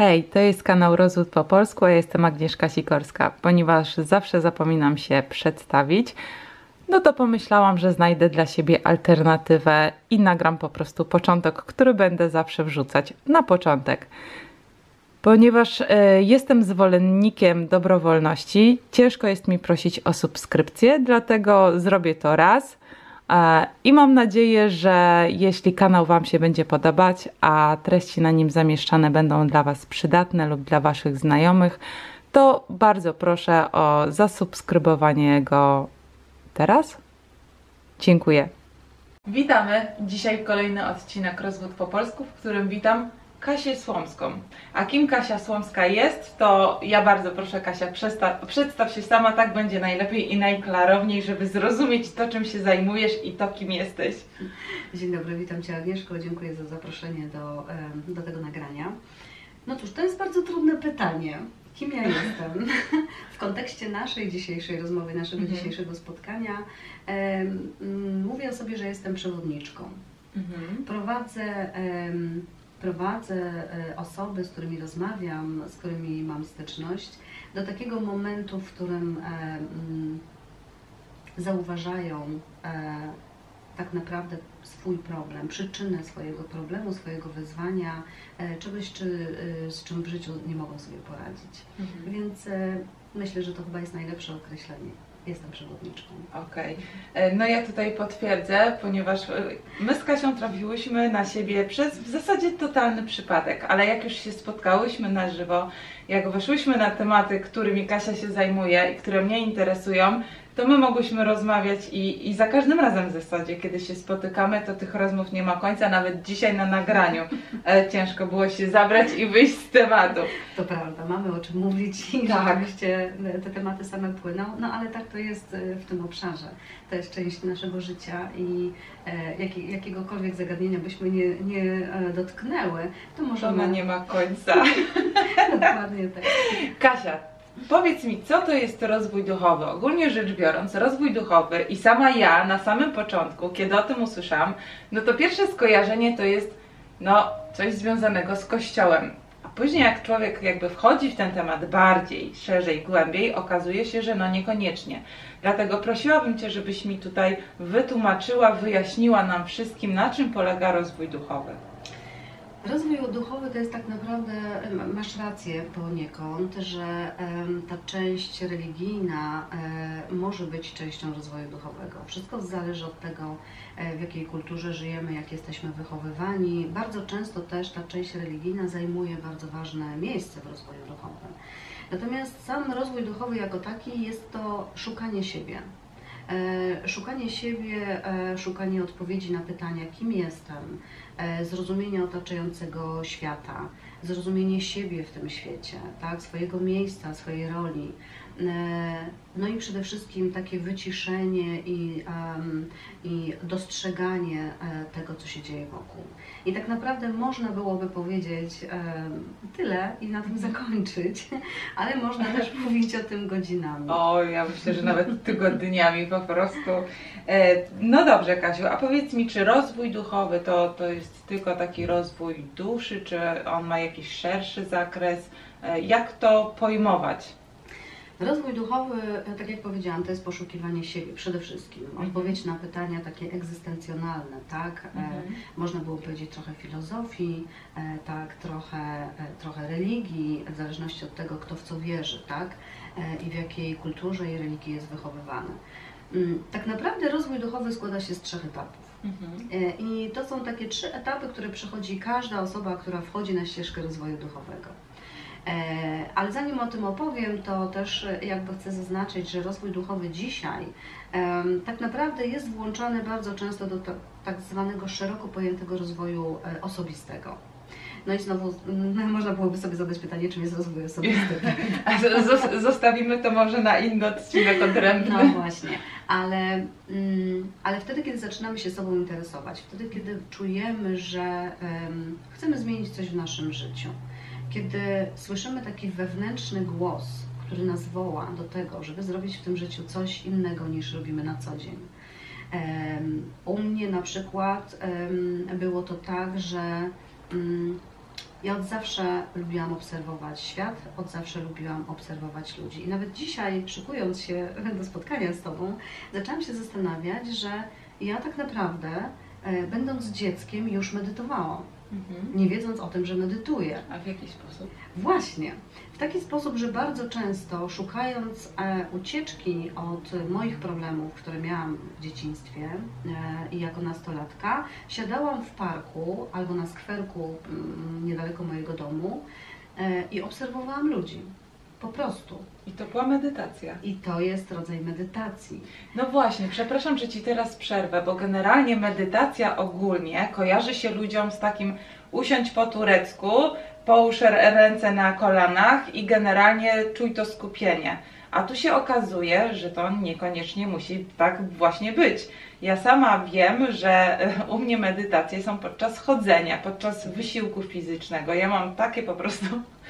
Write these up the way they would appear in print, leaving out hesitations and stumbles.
Hej, to jest kanał Rozwód po polsku, a ja jestem Agnieszka Sikorska. Ponieważ zawsze zapominam się przedstawić, no to pomyślałam, że znajdę dla siebie alternatywę i nagram po prostu początek, który będę zawsze wrzucać na początek. Ponieważ jestem zwolennikiem dobrowolności, ciężko jest mi prosić o subskrypcję, dlatego zrobię to raz. I mam nadzieję, że jeśli kanał Wam się będzie podobać, a treści na nim zamieszczane będą dla Was przydatne lub dla Waszych znajomych, to bardzo proszę o zasubskrybowanie go teraz. Dziękuję. Witamy! Dzisiaj kolejny odcinek Rozwód po polsku, w którym witam Kasię Słomską. A kim Kasia Słomska jest, to ja bardzo proszę, Kasia, przedstaw się sama, tak będzie najlepiej i najklarowniej, żeby zrozumieć to, czym się zajmujesz i to, kim jesteś. Dzień dobry, witam Cię, Agnieszko, dziękuję za zaproszenie do tego nagrania. No cóż, to jest bardzo trudne pytanie. Kim ja jestem? W kontekście naszej dzisiejszej rozmowy, naszego dzisiejszego spotkania mówię o sobie, że jestem przewodniczką. Prowadzę osoby, z którymi rozmawiam, z którymi mam styczność, do takiego momentu, w którym zauważają tak naprawdę swój problem, przyczynę swojego problemu, swojego wyzwania, czegoś, z czym w życiu nie mogą sobie poradzić. Więc myślę, że to chyba jest najlepsze określenie. Jestem przewodniczką. Okej. No ja tutaj potwierdzę, ponieważ my z Kasią trafiłyśmy na siebie przez w zasadzie totalny przypadek, ale jak już się spotkałyśmy na żywo, jak weszłyśmy na tematy, którymi Kasia się zajmuje i które mnie interesują, to my mogłyśmy rozmawiać i za każdym razem w zasadzie, kiedy się spotykamy, to tych rozmów nie ma końca, nawet dzisiaj na nagraniu ciężko było się zabrać i wyjść z tematu. To prawda, mamy o czym mówić i tak. Rzeczywiście te tematy same płyną, no ale tak to jest w tym obszarze. To jest część naszego życia i jakiegokolwiek zagadnienia byśmy nie dotknęły, to możemy... Ona nie ma końca. Dokładnie tak. Kasia, powiedz mi, co to jest rozwój duchowy? Ogólnie rzecz biorąc, rozwój duchowy i sama ja na samym początku, kiedy o tym usłyszałam, no to pierwsze skojarzenie to jest coś związanego z Kościołem. A później jak człowiek jakby wchodzi w ten temat bardziej, szerzej, głębiej, okazuje się, że niekoniecznie. Dlatego prosiłabym Cię, żebyś mi tutaj wytłumaczyła, wyjaśniła nam wszystkim, na czym polega rozwój duchowy. Rozwój duchowy to jest tak naprawdę, masz rację poniekąd, że ta część religijna może być częścią rozwoju duchowego. Wszystko zależy od tego, w jakiej kulturze żyjemy, jak jesteśmy wychowywani. Bardzo często też ta część religijna zajmuje bardzo ważne miejsce w rozwoju duchowym. Natomiast sam rozwój duchowy jako taki jest to szukanie siebie. Szukanie siebie, szukanie odpowiedzi na pytania, kim jestem, zrozumienie otaczającego świata, zrozumienie siebie w tym świecie, tak, swojego miejsca, swojej roli. No i przede wszystkim takie wyciszenie i dostrzeganie tego, co się dzieje wokół. I tak naprawdę można byłoby powiedzieć tyle i na tym zakończyć, ale można też mówić o tym godzinami. O, ja myślę, że nawet tygodniami po prostu. No dobrze, Kasiu, a powiedz mi, czy rozwój duchowy to jest tylko taki rozwój duszy, czy on ma jakiś szerszy zakres? Jak to pojmować? Rozwój duchowy, tak jak powiedziałam, to jest poszukiwanie siebie przede wszystkim. Odpowiedź na pytania takie egzystencjonalne, tak? Można było powiedzieć trochę filozofii, tak? Trochę religii, w zależności od tego, kto w co wierzy, tak? I w jakiej kulturze i religii jest wychowywany. Tak naprawdę rozwój duchowy składa się z 3 etapów. I to są takie 3 etapy, które przechodzi każda osoba, która wchodzi na ścieżkę rozwoju duchowego. Ale zanim o tym opowiem, to też jakby chcę zaznaczyć, że rozwój duchowy dzisiaj tak naprawdę jest włączany bardzo często do tak zwanego szeroko pojętego rozwoju osobistego. No i znowu można byłoby sobie zadać pytanie, czym jest rozwój osobisty. Zostawimy to może na inny odcinek odrębny. No właśnie, ale wtedy, kiedy zaczynamy się sobą interesować, wtedy, kiedy czujemy, że chcemy zmienić coś w naszym życiu, kiedy słyszymy taki wewnętrzny głos, który nas woła do tego, żeby zrobić w tym życiu coś innego niż robimy na co dzień. U mnie na przykład było to tak, że Ja od zawsze lubiłam obserwować świat, od zawsze lubiłam obserwować ludzi. I nawet dzisiaj, szykując się do spotkania z Tobą, zaczęłam się zastanawiać, że ja tak naprawdę, będąc dzieckiem, już medytowałam. Nie wiedząc o tym, że medytuję. A w jaki sposób? Właśnie. W taki sposób, że bardzo często szukając ucieczki od moich problemów, które miałam w dzieciństwie i jako nastolatka, siadałam w parku albo na skwerku niedaleko mojego domu i obserwowałam ludzi. Po prostu. I to była medytacja. I to jest rodzaj medytacji. No właśnie, przepraszam, że Ci teraz przerwę, bo generalnie medytacja ogólnie kojarzy się ludziom z takim usiądź po turecku, połóż ręce na kolanach i generalnie czuj to skupienie. A tu się okazuje, że to niekoniecznie musi tak właśnie być. Ja sama wiem, że u mnie medytacje są podczas chodzenia, podczas wysiłku fizycznego. Ja mam takie po prostu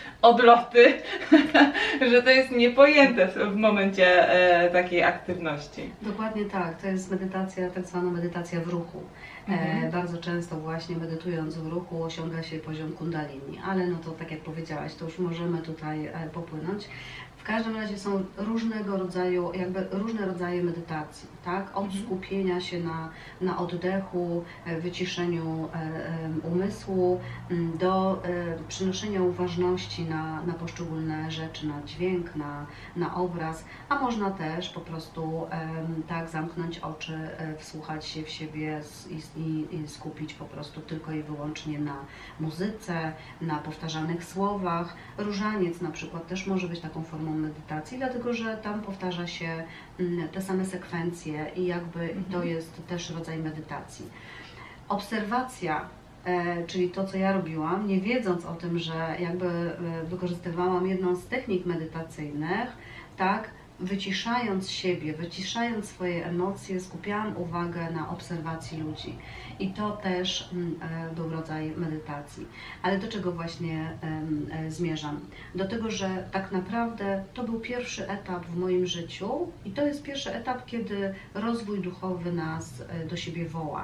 odloty, że to jest niepojęte w momencie takiej aktywności. Dokładnie tak, to jest medytacja, tak zwana medytacja w ruchu. Bardzo często właśnie medytując w ruchu osiąga się poziom kundalini, ale no to tak jak powiedziałaś, to już możemy tutaj popłynąć. W każdym razie są różnego rodzaju, różne rodzaje medytacji, tak? Od skupienia się na oddechu, wyciszeniu umysłu, do przenoszenia uważności na poszczególne rzeczy, na dźwięk, na obraz, a można też po prostu tak zamknąć oczy, wsłuchać się w siebie i skupić po prostu tylko i wyłącznie na muzyce, na powtarzanych słowach. Różaniec na przykład też może być taką formą medytacji, dlatego że tam powtarza się te same sekwencje i to jest też rodzaj medytacji. Obserwacja, czyli to, co ja robiłam, nie wiedząc o tym, że wykorzystywałam jedną z technik medytacyjnych, tak, wyciszając siebie, wyciszając swoje emocje, skupiałam uwagę na obserwacji ludzi. I to też był rodzaj medytacji. Ale do czego właśnie zmierzam? Do tego, że tak naprawdę to był pierwszy etap w moim życiu i to jest pierwszy etap, kiedy rozwój duchowy nas do siebie woła.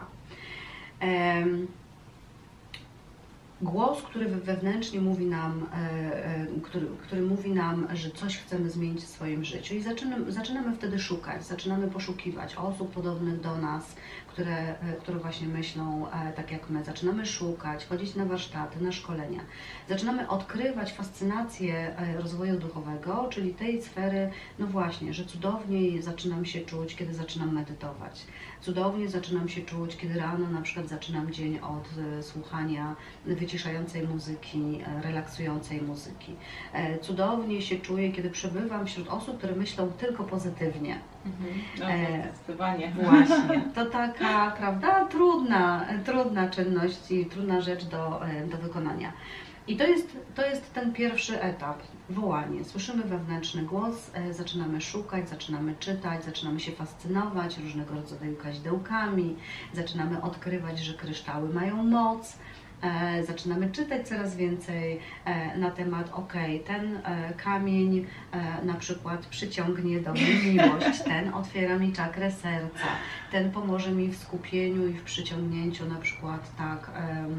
Głos, który wewnętrznie mówi nam, który mówi nam, że coś chcemy zmienić w swoim życiu i zaczynamy wtedy szukać, zaczynamy poszukiwać osób podobnych do nas, które właśnie myślą tak jak my. Zaczynamy szukać, chodzić na warsztaty, na szkolenia. Zaczynamy odkrywać fascynację rozwoju duchowego, czyli tej sfery, no właśnie, że cudownie zaczynam się czuć, kiedy zaczynam medytować. Cudownie zaczynam się czuć, kiedy rano na przykład zaczynam dzień od słuchania wyciszającej muzyki, relaksującej muzyki. Cudownie się czuję, kiedy przebywam wśród osób, które myślą tylko pozytywnie. No, zdecydowanie. Właśnie. To taka, prawda, trudna czynność i trudna rzecz do wykonania. I to jest ten pierwszy etap, wołanie. Słyszymy wewnętrzny głos, zaczynamy szukać, zaczynamy czytać, zaczynamy się fascynować różnego rodzaju kaźdełkami, zaczynamy odkrywać, że kryształy mają moc, zaczynamy czytać coraz więcej na temat, ten kamień na przykład przyciągnie do mnie miłość, ten otwiera mi czakrę serca, ten pomoże mi w skupieniu i w przyciągnięciu na przykład tak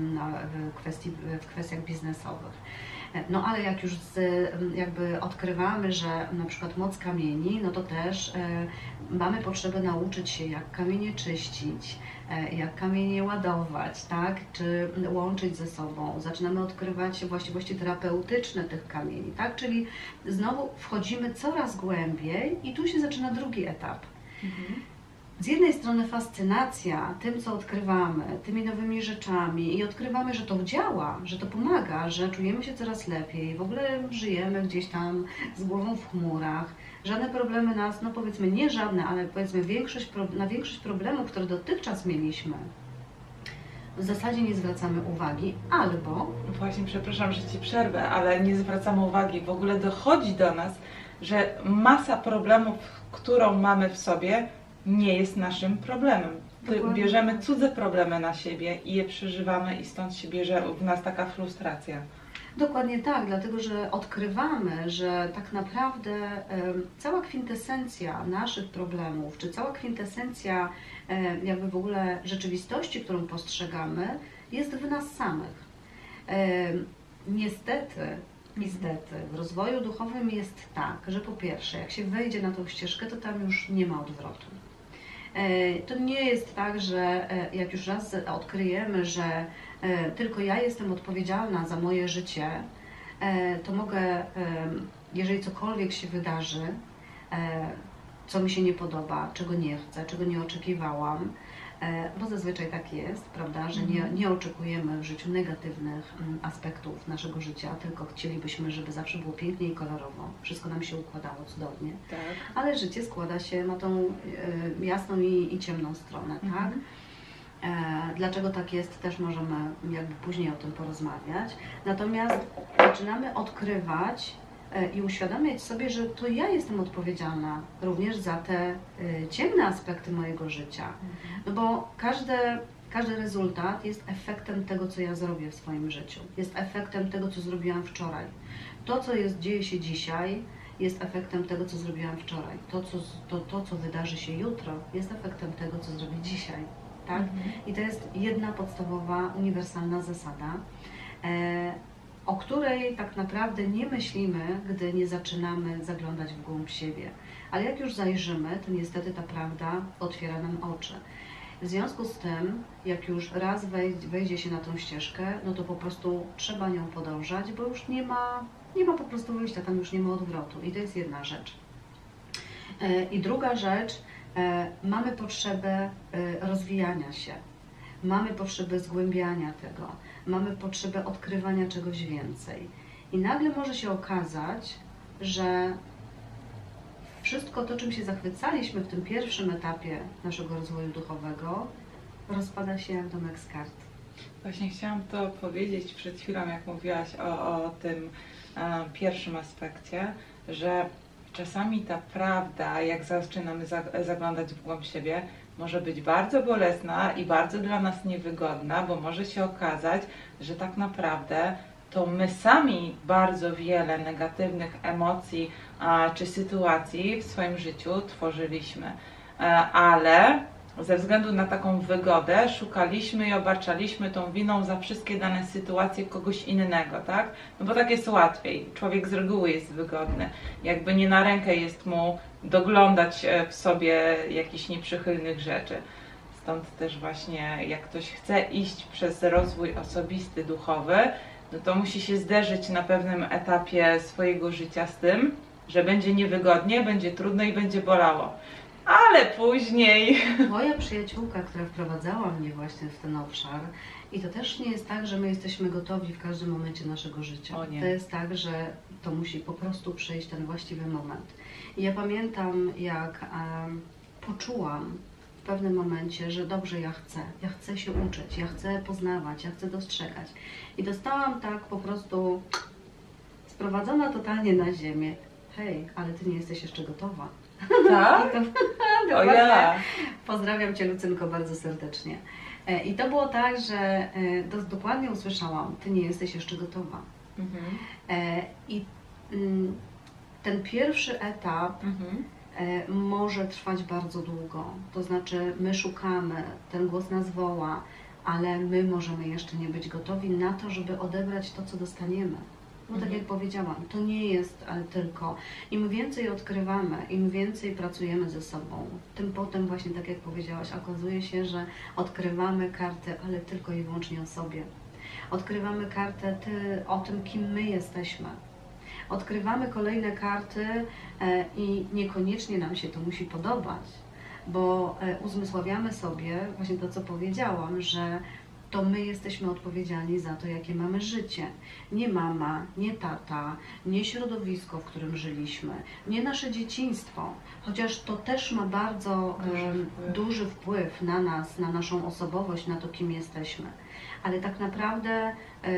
w kwestiach biznesowych. No ale jak już odkrywamy, że na przykład moc kamieni, no to też mamy potrzebę nauczyć się, jak kamienie czyścić, jak kamienie ładować, tak? Czy łączyć ze sobą. Zaczynamy odkrywać właściwości terapeutyczne tych kamieni, tak? Czyli znowu wchodzimy coraz głębiej i tu się zaczyna drugi etap. Z jednej strony fascynacja tym, co odkrywamy, tymi nowymi rzeczami i odkrywamy, że to działa, że to pomaga, że czujemy się coraz lepiej, w ogóle żyjemy gdzieś tam z głową w chmurach, żadne problemy nas, no powiedzmy nie żadne, ale powiedzmy na większość problemów, które dotychczas mieliśmy, w zasadzie nie zwracamy uwagi, albo... Właśnie, przepraszam, że Ci przerwę, ale nie zwracamy uwagi. W ogóle dochodzi do nas, że masa problemów, którą mamy w sobie, nie jest naszym problemem. Bierzemy cudze problemy na siebie i je przeżywamy i stąd się bierze w nas taka frustracja. Dokładnie tak, dlatego że odkrywamy, że tak naprawdę cała kwintesencja naszych problemów, czy cała kwintesencja w ogóle rzeczywistości, którą postrzegamy, jest w nas samych. niestety, w rozwoju duchowym jest tak, że po pierwsze, jak się wejdzie na tą ścieżkę, to tam już nie ma odwrotu. To nie jest tak, że jak już raz odkryjemy, że tylko ja jestem odpowiedzialna za moje życie, to mogę, jeżeli cokolwiek się wydarzy, co mi się nie podoba, czego nie chcę, czego nie oczekiwałam, bo zazwyczaj tak jest, prawda, że nie oczekujemy w życiu negatywnych aspektów naszego życia, tylko chcielibyśmy, żeby zawsze było pięknie i kolorowo, wszystko nam się układało cudownie, Tak. ale życie składa się, ma tą jasną i ciemną stronę, tak? Dlaczego tak jest, też możemy jakby później o tym porozmawiać. Natomiast zaczynamy odkrywać i uświadamiać sobie, że to ja jestem odpowiedzialna również za te ciemne aspekty mojego życia. No bo każdy rezultat jest efektem tego, co ja zrobię w swoim życiu. Jest efektem tego, co zrobiłam wczoraj. To, co dzieje się dzisiaj, jest efektem tego, co zrobiłam wczoraj. To, co wydarzy się jutro, jest efektem tego, co zrobię dzisiaj. Tak? I to jest jedna podstawowa, uniwersalna zasada, o której tak naprawdę nie myślimy, gdy nie zaczynamy zaglądać w głąb siebie. Ale jak już zajrzymy, to niestety ta prawda otwiera nam oczy. W związku z tym, jak już raz wejdzie się na tą ścieżkę, no to po prostu trzeba nią podążać, bo już nie ma po prostu wyjścia, tam już nie ma odwrotu. I to jest jedna rzecz. I druga rzecz, mamy potrzebę rozwijania się, mamy potrzebę zgłębiania tego, mamy potrzebę odkrywania czegoś więcej. I nagle może się okazać, że wszystko to, czym się zachwycaliśmy w tym pierwszym etapie naszego rozwoju duchowego, rozpada się jak domek z kart. Właśnie chciałam to powiedzieć przed chwilą, jak mówiłaś o tym pierwszym aspekcie, że czasami ta prawda, jak zaczynamy zaglądać w głąb siebie, może być bardzo bolesna i bardzo dla nas niewygodna, bo może się okazać, że tak naprawdę to my sami bardzo wiele negatywnych emocji czy sytuacji w swoim życiu tworzyliśmy, ale ze względu na taką wygodę szukaliśmy i obarczaliśmy tą winą za wszystkie dane sytuacje kogoś innego, tak? No bo tak jest łatwiej. Człowiek z reguły jest wygodny. Jakby nie na rękę jest mu doglądać w sobie jakichś nieprzychylnych rzeczy. Stąd też właśnie jak ktoś chce iść przez rozwój osobisty, duchowy, no to musi się zderzyć na pewnym etapie swojego życia z tym, że będzie niewygodnie, będzie trudno i będzie bolało. Ale później... Moja przyjaciółka, która wprowadzała mnie właśnie w ten obszar, i to też nie jest tak, że my jesteśmy gotowi w każdym momencie naszego życia. O nie. To jest tak, że to musi po prostu przyjść ten właściwy moment. I ja pamiętam, jak poczułam w pewnym momencie, że dobrze, ja chcę się uczyć, ja chcę poznawać, ja chcę dostrzegać. I dostałam tak po prostu sprowadzona totalnie na ziemię. Hej, ale ty nie jesteś jeszcze gotowa. Tak? O ja! Pozdrawiam Cię, Lucynko, bardzo serdecznie. I to było tak, że dokładnie usłyszałam, Ty nie jesteś jeszcze gotowa. I ten pierwszy etap może trwać bardzo długo. To znaczy my szukamy, ten głos nas woła, ale my możemy jeszcze nie być gotowi na to, żeby odebrać to, co dostaniemy. No tak jak powiedziałam, to nie jest tylko, im więcej odkrywamy, im więcej pracujemy ze sobą, tym potem właśnie, tak jak powiedziałaś, okazuje się, że odkrywamy kartę, ale tylko i wyłącznie o sobie. Odkrywamy kartę o tym, kim my jesteśmy. Odkrywamy kolejne karty i niekoniecznie nam się to musi podobać, bo uzmysławiamy sobie właśnie to, co powiedziałam, że to my jesteśmy odpowiedzialni za to, jakie mamy życie. Nie mama, nie tata, nie środowisko, w którym żyliśmy, nie nasze dzieciństwo, chociaż to też ma bardzo duży wpływ na nas, na naszą osobowość, na to, kim jesteśmy. Ale tak naprawdę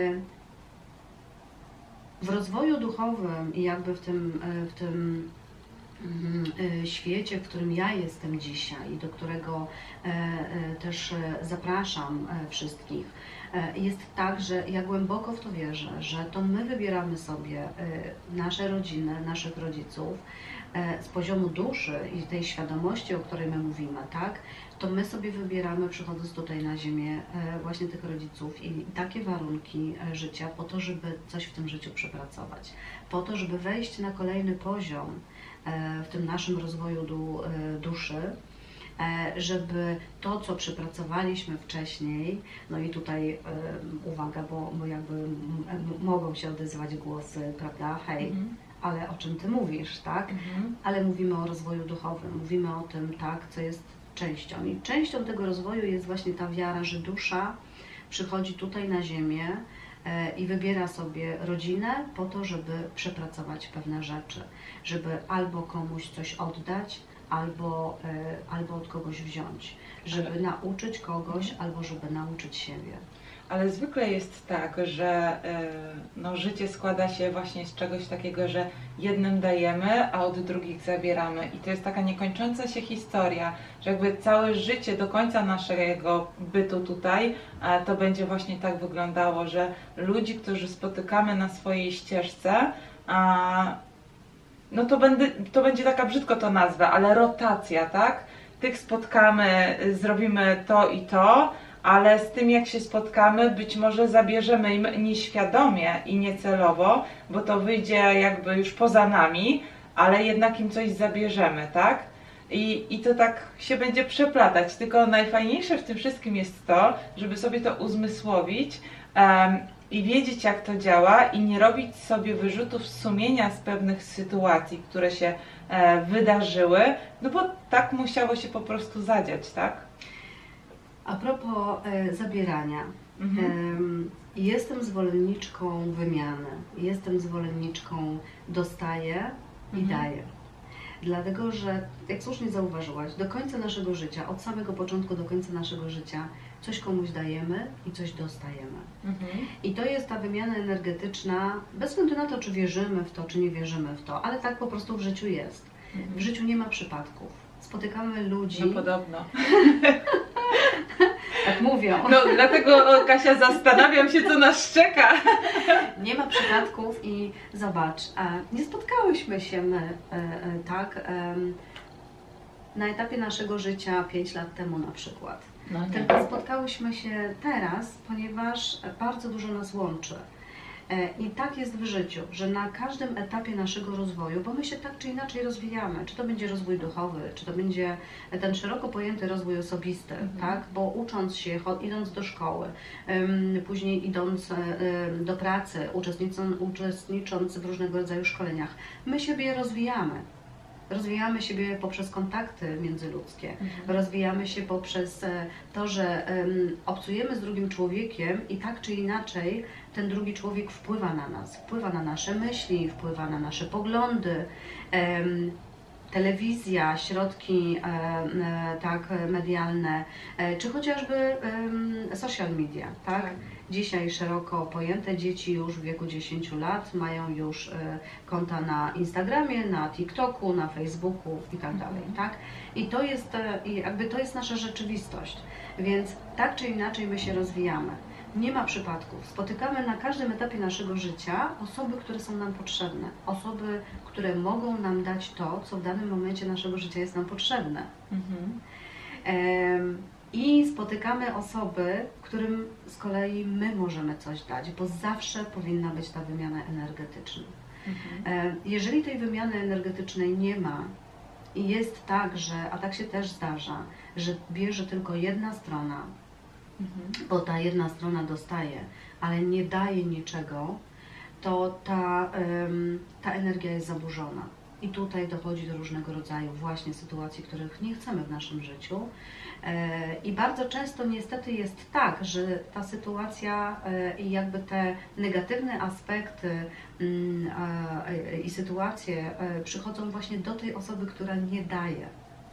w rozwoju duchowym i jakby w tym świecie, w którym ja jestem dzisiaj i do którego też zapraszam wszystkich, jest tak, że ja głęboko w to wierzę, że to my wybieramy sobie nasze rodziny, naszych rodziców z poziomu duszy i tej świadomości, o której my mówimy, tak? to my sobie wybieramy, przychodząc tutaj na ziemię, właśnie tych rodziców i takie warunki życia po to, żeby coś w tym życiu przepracować, po to, żeby wejść na kolejny poziom w tym naszym rozwoju duszy, żeby to, co przepracowaliśmy wcześniej, no i tutaj uwaga, bo jakby mogą się odezwać głosy, prawda, hej, ale o czym Ty mówisz, tak? Ale mówimy o rozwoju duchowym, mówimy o tym, tak, co jest częścią. I częścią tego rozwoju jest właśnie ta wiara, że dusza przychodzi tutaj na ziemię i wybiera sobie rodzinę po to, żeby przepracować pewne rzeczy, żeby albo komuś coś oddać, albo od kogoś wziąć, żeby nauczyć kogoś, albo żeby nauczyć siebie. Ale zwykle jest tak, że no, życie składa się właśnie z czegoś takiego, że jednym dajemy, a od drugich zabieramy. I to jest taka niekończąca się historia, że jakby całe życie do końca naszego bytu tutaj, to będzie właśnie tak wyglądało, że ludzi, którzy spotykamy na swojej ścieżce, no to będzie taka, brzydko to nazwę, ale rotacja, tak? Tych spotkamy, zrobimy to i to, ale z tym jak się spotkamy, być może zabierzemy im nieświadomie i niecelowo, bo to wyjdzie jakby już poza nami, ale jednak im coś zabierzemy, tak? I to tak się będzie przeplatać, tylko najfajniejsze w tym wszystkim jest to, żeby sobie to uzmysłowić, i wiedzieć, jak to działa i nie robić sobie wyrzutów sumienia z pewnych sytuacji, które się wydarzyły, no bo tak musiało się po prostu zadziać, tak? A propos zabierania. Jestem zwolenniczką wymiany, jestem zwolenniczką dostaję i daję. Dlatego, że jak słusznie zauważyłaś, do końca naszego życia, od samego początku do końca naszego życia coś komuś dajemy i coś dostajemy. I to jest ta wymiana energetyczna, bez względu na to, czy wierzymy w to, czy nie wierzymy w to, ale tak po prostu w życiu jest. W życiu nie ma przypadków. Spotykamy ludzi... No podobno. Tak mówią. No dlatego, Kasia, zastanawiam się, co nas czeka. Nie ma przypadków i zobacz, nie spotkałyśmy się my, tak, na etapie naszego życia 5 lat temu na przykład. No nie. Tylko spotkałyśmy się teraz, ponieważ bardzo dużo nas łączy. I tak jest w życiu, że na każdym etapie naszego rozwoju, bo my się tak czy inaczej rozwijamy, czy to będzie rozwój duchowy, czy to będzie ten szeroko pojęty rozwój osobisty, tak? Bo ucząc się, idąc do szkoły, później idąc do pracy, uczestnicząc w różnego rodzaju szkoleniach, my siebie rozwijamy. Rozwijamy siebie poprzez kontakty międzyludzkie, rozwijamy się poprzez to, że obcujemy z drugim człowiekiem i tak czy inaczej ten drugi człowiek wpływa na nas, wpływa na nasze myśli, wpływa na nasze poglądy. Telewizja, środki tak, medialne, czy chociażby social media, tak? Dzisiaj szeroko pojęte dzieci już w wieku 10 lat mają już konta na Instagramie, na TikToku, na Facebooku i tak dalej, tak? I to jest jakby to jest nasza rzeczywistość, więc tak czy inaczej my się rozwijamy. Nie ma przypadków. Spotykamy na każdym etapie naszego życia osoby, które są nam potrzebne. Osoby, które mogą nam dać to, co w danym momencie naszego życia jest nam potrzebne. I spotykamy osoby, którym z kolei my możemy coś dać, bo zawsze powinna być ta wymiana energetyczna. Jeżeli tej wymiany energetycznej nie ma i jest tak, a tak się też zdarza, że bierze tylko jedna strona, bo ta jedna strona dostaje, ale nie daje niczego, to ta energia jest zaburzona. I tutaj dochodzi do różnego rodzaju właśnie sytuacji, których nie chcemy w naszym życiu. I bardzo często niestety jest tak, że ta sytuacja i jakby te negatywne aspekty i sytuacje przychodzą właśnie do tej osoby, która nie daje.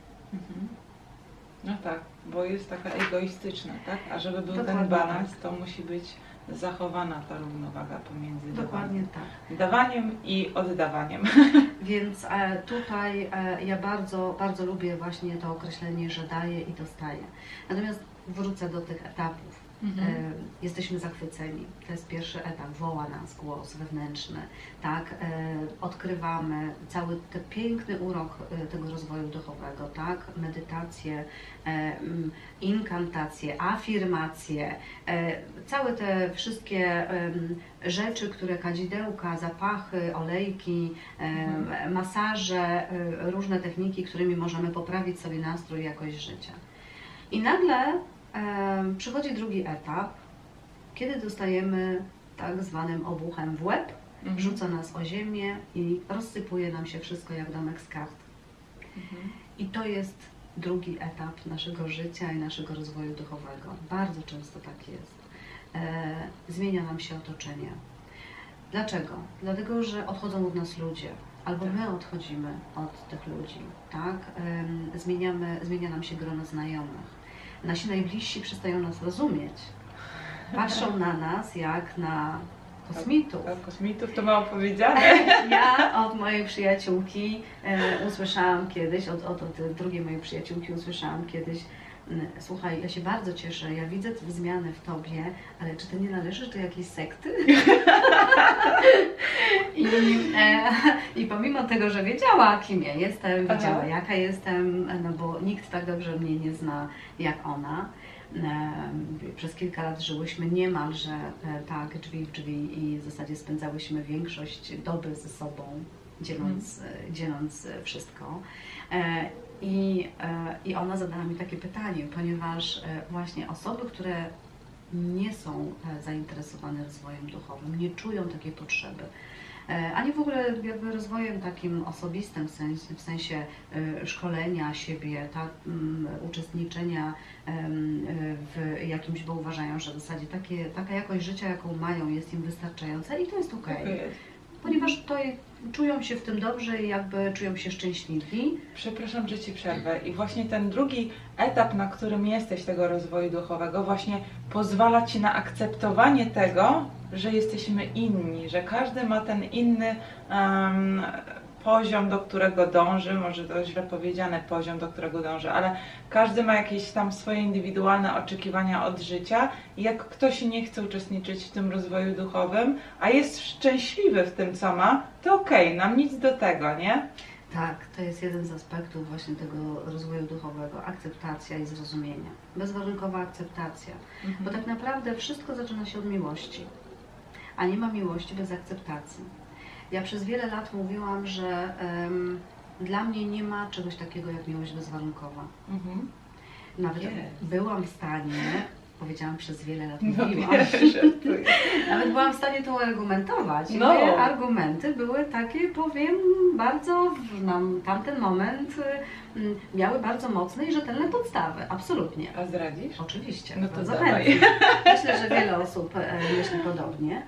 No tak, bo jest taka egoistyczna, tak? A żeby był Dokładnie ten balans, tak. to musi być zachowana ta równowaga pomiędzy Dokładnie tak. dawaniem i oddawaniem. Więc tutaj ja bardzo, bardzo lubię właśnie to określenie, że daję i dostaję. Natomiast wrócę do tych etapów. Jesteśmy zachwyceni. To jest pierwszy etap, woła nas głos wewnętrzny, tak? Odkrywamy cały ten piękny urok tego rozwoju duchowego, tak? Medytacje, inkantacje, afirmacje, całe te wszystkie rzeczy, które kadzidełka, zapachy, olejki, masaże, różne techniki, którymi możemy poprawić sobie nastrój i jakość życia. I nagle przychodzi drugi etap, kiedy dostajemy tak zwanym obuchem w łeb, rzuca nas o ziemię i rozsypuje nam się wszystko jak domek z kart. I to jest drugi etap naszego życia i naszego rozwoju duchowego. Bardzo często tak jest. Zmienia nam się otoczenie. Dlaczego? Dlatego, że odchodzą od nas ludzie, albo my odchodzimy od tych ludzi, tak? Zmienia nam się grono znajomych. Nasi najbliżsi przestają nas rozumieć. Patrzą na nas jak na kosmitów. Kosmitów to mało powiedziane. Ja od mojej przyjaciółki usłyszałam kiedyś, od drugiej mojej przyjaciółki usłyszałam kiedyś: słuchaj, ja się bardzo cieszę, ja widzę zmiany w tobie, ale czy ty nie należysz do jakiejś sekty? I pomimo tego, że wiedziała, kim ja jestem, wiedziała, jaka jestem, no bo nikt tak dobrze mnie nie zna jak ona. Przez kilka lat żyłyśmy niemalże tak, drzwi w drzwi i w zasadzie spędzałyśmy większość doby ze sobą, dzieląc wszystko. I ona zadała mi takie pytanie, ponieważ właśnie osoby, które nie są zainteresowane rozwojem duchowym, nie czują takiej potrzeby, ani w ogóle jakby rozwojem takim osobistym, w sensie szkolenia siebie, tak, uczestniczenia w jakimś, bo uważają, że w zasadzie taka jakość życia, jaką mają, jest im wystarczająca i to jest okej. Ponieważ to czują się w tym dobrze i jakby czują się szczęśliwi. Przepraszam, że Ci przerwę. I właśnie ten drugi etap, na którym jesteś tego rozwoju duchowego, właśnie pozwala Ci na akceptowanie tego, że jesteśmy inni, że każdy ma ten inny poziom, do którego dąży, może to źle powiedziane, poziom, do którego dąży, ale każdy ma jakieś tam swoje indywidualne oczekiwania od życia i jak ktoś nie chce uczestniczyć w tym rozwoju duchowym, a jest szczęśliwy w tym, co ma, to okej, nam nic do tego, nie? Tak, to jest jeden z aspektów właśnie tego rozwoju duchowego, akceptacja i zrozumienie. Bezwarunkowa akceptacja, bo tak naprawdę wszystko zaczyna się od miłości, a nie ma miłości bez akceptacji. Ja przez wiele lat mówiłam, że dla mnie nie ma czegoś takiego jak miłość bezwarunkowa. Nawet byłam w stanie, powiedziałam przez wiele lat, mówiłam, nawet byłam w stanie to argumentować. I moje argumenty były takie, powiem, bardzo, tamten moment miały bardzo mocne i rzetelne podstawy, absolutnie. A zdradzisz? Oczywiście, no to bardzo chętnie. Myślę, że wiele osób myśli podobnie.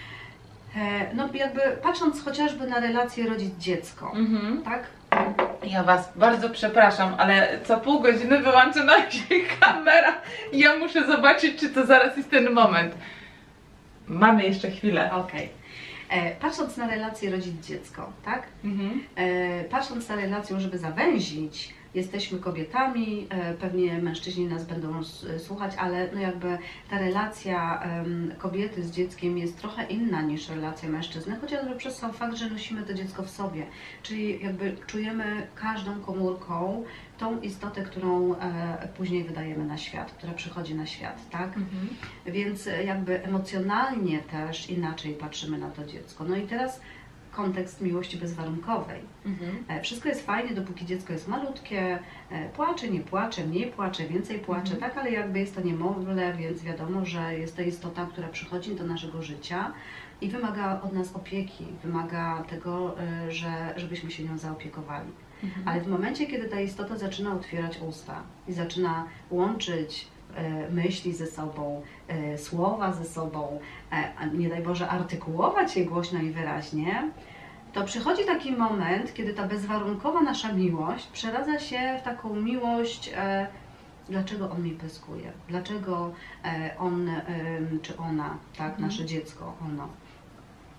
No jakby patrząc chociażby na relację rodzic-dziecko, tak? Ja Was bardzo przepraszam, ale co pół godziny wyłączona się kamera i ja muszę zobaczyć, czy to zaraz jest ten moment. Mamy jeszcze chwilę. Okej. Patrząc na relację rodzic-dziecko, tak? Patrząc na relację, żeby zawęzić, jesteśmy kobietami, pewnie mężczyźni nas będą słuchać, ale no jakby ta relacja kobiety z dzieckiem jest trochę inna niż relacja mężczyzny, chociażby przez sam fakt, że nosimy to dziecko w sobie, czyli jakby czujemy każdą komórką tą istotę, którą później wydajemy na świat, która przychodzi na świat, tak? Więc jakby emocjonalnie też inaczej patrzymy na to dziecko. No i teraz kontekst miłości bezwarunkowej. Wszystko jest fajnie, dopóki dziecko jest malutkie, płacze, nie płacze, mniej płacze, więcej płacze, tak, ale jakby jest to niemowlę, więc wiadomo, że jest to istota, która przychodzi do naszego życia i wymaga od nas opieki, wymaga tego, żebyśmy się nią zaopiekowali. Ale w momencie, kiedy ta istota zaczyna otwierać usta i zaczyna łączyć myśli ze sobą, słowa ze sobą, a nie daj Boże artykułować je głośno i wyraźnie, to przychodzi taki moment, kiedy ta bezwarunkowa nasza miłość przeradza się w taką miłość, dlaczego on mnie pyskuje, dlaczego on czy ona, tak, nasze dziecko, ono.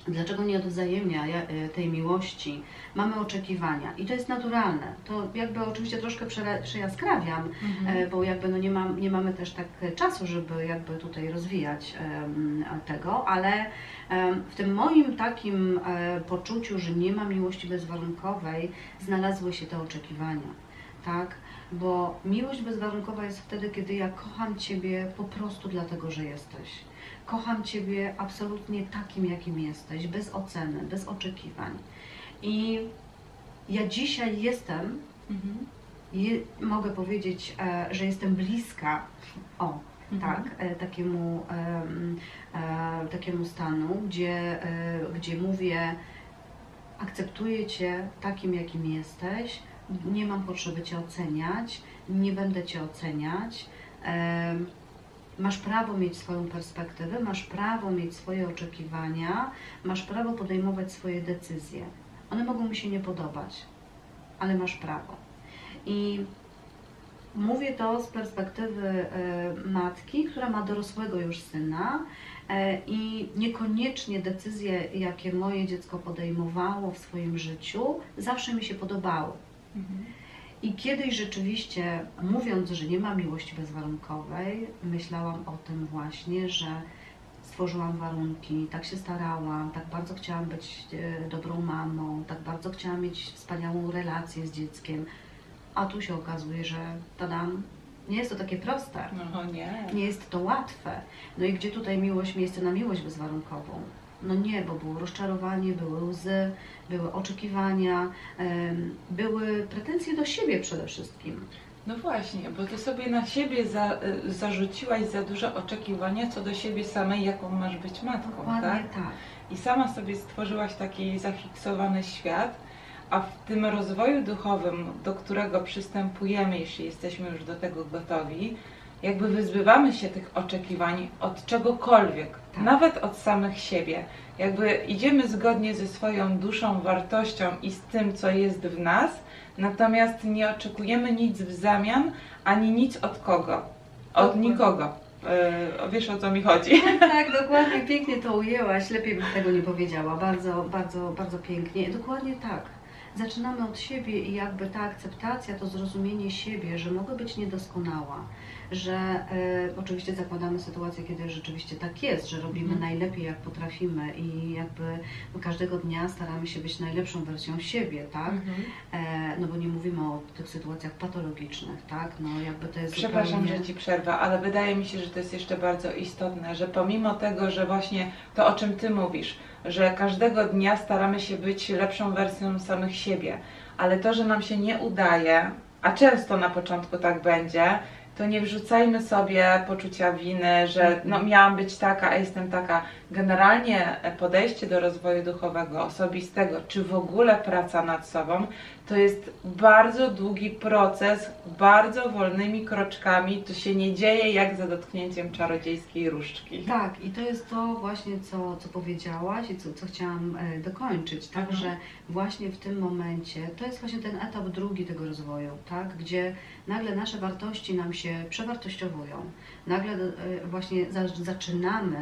Dlaczego nie odwzajemnia tej miłości? Mamy oczekiwania i to jest naturalne. To jakby oczywiście troszkę przejaskrawiam, bo jakby no nie mamy też tak czasu, żeby jakby tutaj rozwijać tego, ale w tym moim takim poczuciu, że nie ma miłości bezwarunkowej, znalazły się te oczekiwania, tak? Bo miłość bezwarunkowa jest wtedy, kiedy ja kocham Ciebie po prostu dlatego, że jesteś. Kocham Ciebie absolutnie takim, jakim jesteś, bez oceny, bez oczekiwań. I ja dzisiaj jestem, mogę powiedzieć, że jestem bliska, tak, takiemu stanu, gdzie mówię, akceptuję Cię takim, jakim jesteś, nie mam potrzeby Cię oceniać, nie będę Cię oceniać. Masz prawo mieć swoją perspektywę, masz prawo mieć swoje oczekiwania, masz prawo podejmować swoje decyzje. One mogą mi się nie podobać, ale masz prawo. I mówię to z perspektywy matki, która ma dorosłego już syna i niekoniecznie decyzje, jakie moje dziecko podejmowało w swoim życiu, zawsze mi się podobały. I kiedyś rzeczywiście, mówiąc, że nie ma miłości bezwarunkowej, myślałam o tym właśnie, że stworzyłam warunki, tak się starałam, tak bardzo chciałam być dobrą mamą, tak bardzo chciałam mieć wspaniałą relację z dzieckiem, a tu się okazuje, że tadam, nie jest to takie proste, nie jest to łatwe. No i gdzie tutaj miłość, miejsce na miłość bezwarunkową? No nie, bo było rozczarowanie, były łzy, były oczekiwania, były pretensje do siebie przede wszystkim. No właśnie, bo Ty sobie na siebie zarzuciłaś za duże oczekiwania co do siebie samej, jaką masz być matką, Dokładnie tak? I sama sobie stworzyłaś taki zafiksowany świat, a w tym rozwoju duchowym, do którego przystępujemy, jeśli jesteśmy już do tego gotowi, jakby wyzbywamy się tych oczekiwań od czegokolwiek, nawet od samych siebie. Jakby idziemy zgodnie ze swoją duszą, wartością i z tym, co jest w nas, natomiast nie oczekujemy nic w zamian, ani nic od kogo, od nikogo. Wiesz, o co mi chodzi? Tak, dokładnie, pięknie to ujęłaś, lepiej bym tego nie powiedziała, bardzo, bardzo, bardzo pięknie, dokładnie tak. Zaczynamy od siebie i jakby ta akceptacja, to zrozumienie siebie, że mogę być niedoskonała, że oczywiście zakładamy sytuację, kiedy rzeczywiście tak jest, że robimy najlepiej jak potrafimy i jakby każdego dnia staramy się być najlepszą wersją siebie, tak? No bo nie mówimy o tych sytuacjach patologicznych, tak? No jakby to jest Przepraszam, zupełnie... że Ci przerwę, ale wydaje mi się, że to jest jeszcze bardzo istotne, że pomimo tego, że właśnie to, o czym Ty mówisz, że każdego dnia staramy się być lepszą wersją samych siebie, ale to, że nam się nie udaje, a często na początku tak będzie, to nie wrzucajmy sobie poczucia winy, że no miałam być taka, a jestem taka. Generalnie podejście do rozwoju duchowego, osobistego, czy w ogóle praca nad sobą, to jest bardzo długi proces, bardzo wolnymi kroczkami. To się nie dzieje jak za dotknięciem czarodziejskiej różdżki. Tak, i to jest to właśnie, co powiedziałaś i co chciałam dokończyć, tak, że właśnie w tym momencie, to jest właśnie ten etap drugi tego rozwoju, tak, gdzie nagle nasze wartości nam się przewartościowują, nagle właśnie zaczynamy,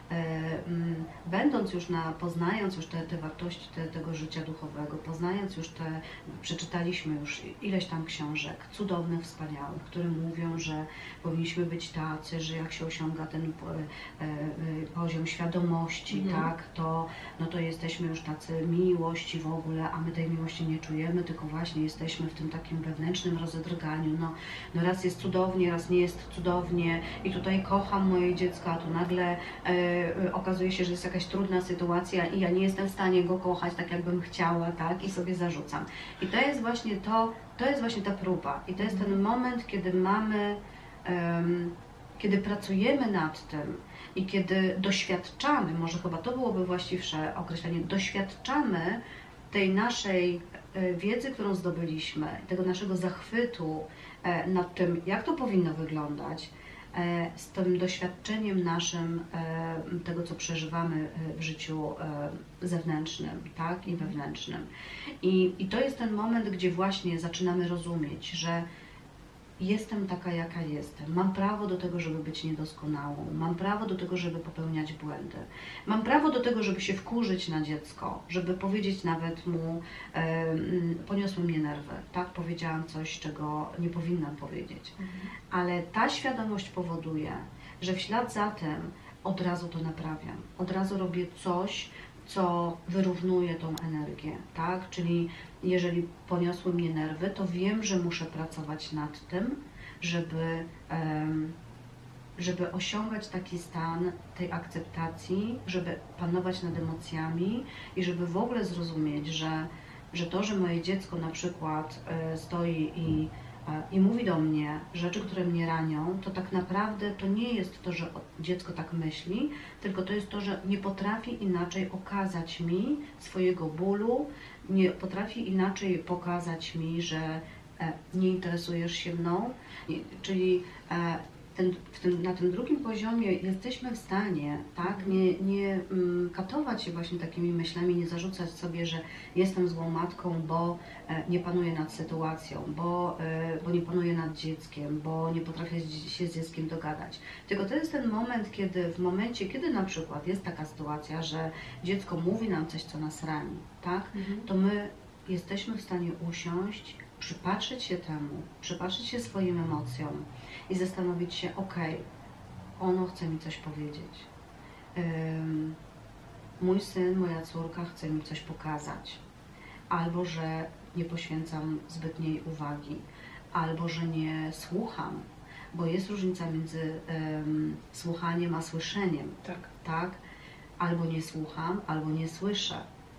będąc już poznając już te wartości tego życia duchowego, poznając już przeczytaliśmy już ileś tam książek cudownych, wspaniałych, które mówią, że powinniśmy być tacy, że jak się osiąga ten poziom świadomości, tak, no to jesteśmy już tacy miłości w ogóle, a my tej miłości nie czujemy, tylko właśnie jesteśmy w tym takim wewnętrznym rozedrganiu, no raz jest cudownie, raz nie jest cudownie i tutaj kocham moje dziecko, a tu nagle okazuje się, że jest jakaś trudna sytuacja i ja nie jestem w stanie go kochać tak, jakbym chciała, tak, i sobie zarzucam. I to jest właśnie to jest właśnie ta próba i to jest ten moment, kiedy mamy, kiedy pracujemy nad tym i kiedy doświadczamy, może chyba to byłoby właściwsze określenie, doświadczamy tej naszej wiedzy, którą zdobyliśmy, tego naszego zachwytu nad tym, jak to powinno wyglądać, z tym doświadczeniem naszym tego, co przeżywamy w życiu zewnętrznym, tak, i wewnętrznym. I to jest ten moment, gdzie właśnie zaczynamy rozumieć, że jestem taka, jaka jestem. Mam prawo do tego, żeby być niedoskonałą. Mam prawo do tego, żeby popełniać błędy. Mam prawo do tego, żeby się wkurzyć na dziecko, żeby powiedzieć nawet mu, poniosły mnie nerwy, tak? Powiedziałam coś, czego nie powinnam powiedzieć. Ale ta świadomość powoduje, że w ślad za tym od razu to naprawiam. Od razu robię coś, co wyrównuje tą energię, tak? Czyli jeżeli poniosły mnie nerwy, to wiem, że muszę pracować nad tym, żeby osiągać taki stan tej akceptacji, żeby panować nad emocjami i żeby w ogóle zrozumieć, że to, że moje dziecko na przykład stoi i mówi do mnie rzeczy, które mnie ranią, to tak naprawdę to nie jest to, że dziecko tak myśli, tylko to jest to, że nie potrafi inaczej okazać mi swojego bólu, nie potrafi inaczej pokazać mi, że nie interesujesz się mną, czyli na tym drugim poziomie jesteśmy w stanie, tak, nie katować się właśnie takimi myślami, nie zarzucać sobie, że jestem złą matką, bo nie panuję nad sytuacją, bo nie panuję nad dzieckiem, bo nie potrafię się z dzieckiem dogadać. Tylko to jest ten moment, w momencie, kiedy na przykład jest taka sytuacja, że dziecko mówi nam coś, co nas rani, tak, to my jesteśmy w stanie usiąść, przypatrzeć się temu, przypatrzeć się swoim emocjom i zastanowić się, ono chce mi coś powiedzieć. Mój syn, moja córka chce mi coś pokazać. Albo, że nie poświęcam zbytniej uwagi, albo, że nie słucham, bo jest różnica między słuchaniem a słyszeniem. Tak? Albo nie słucham, albo nie słyszę.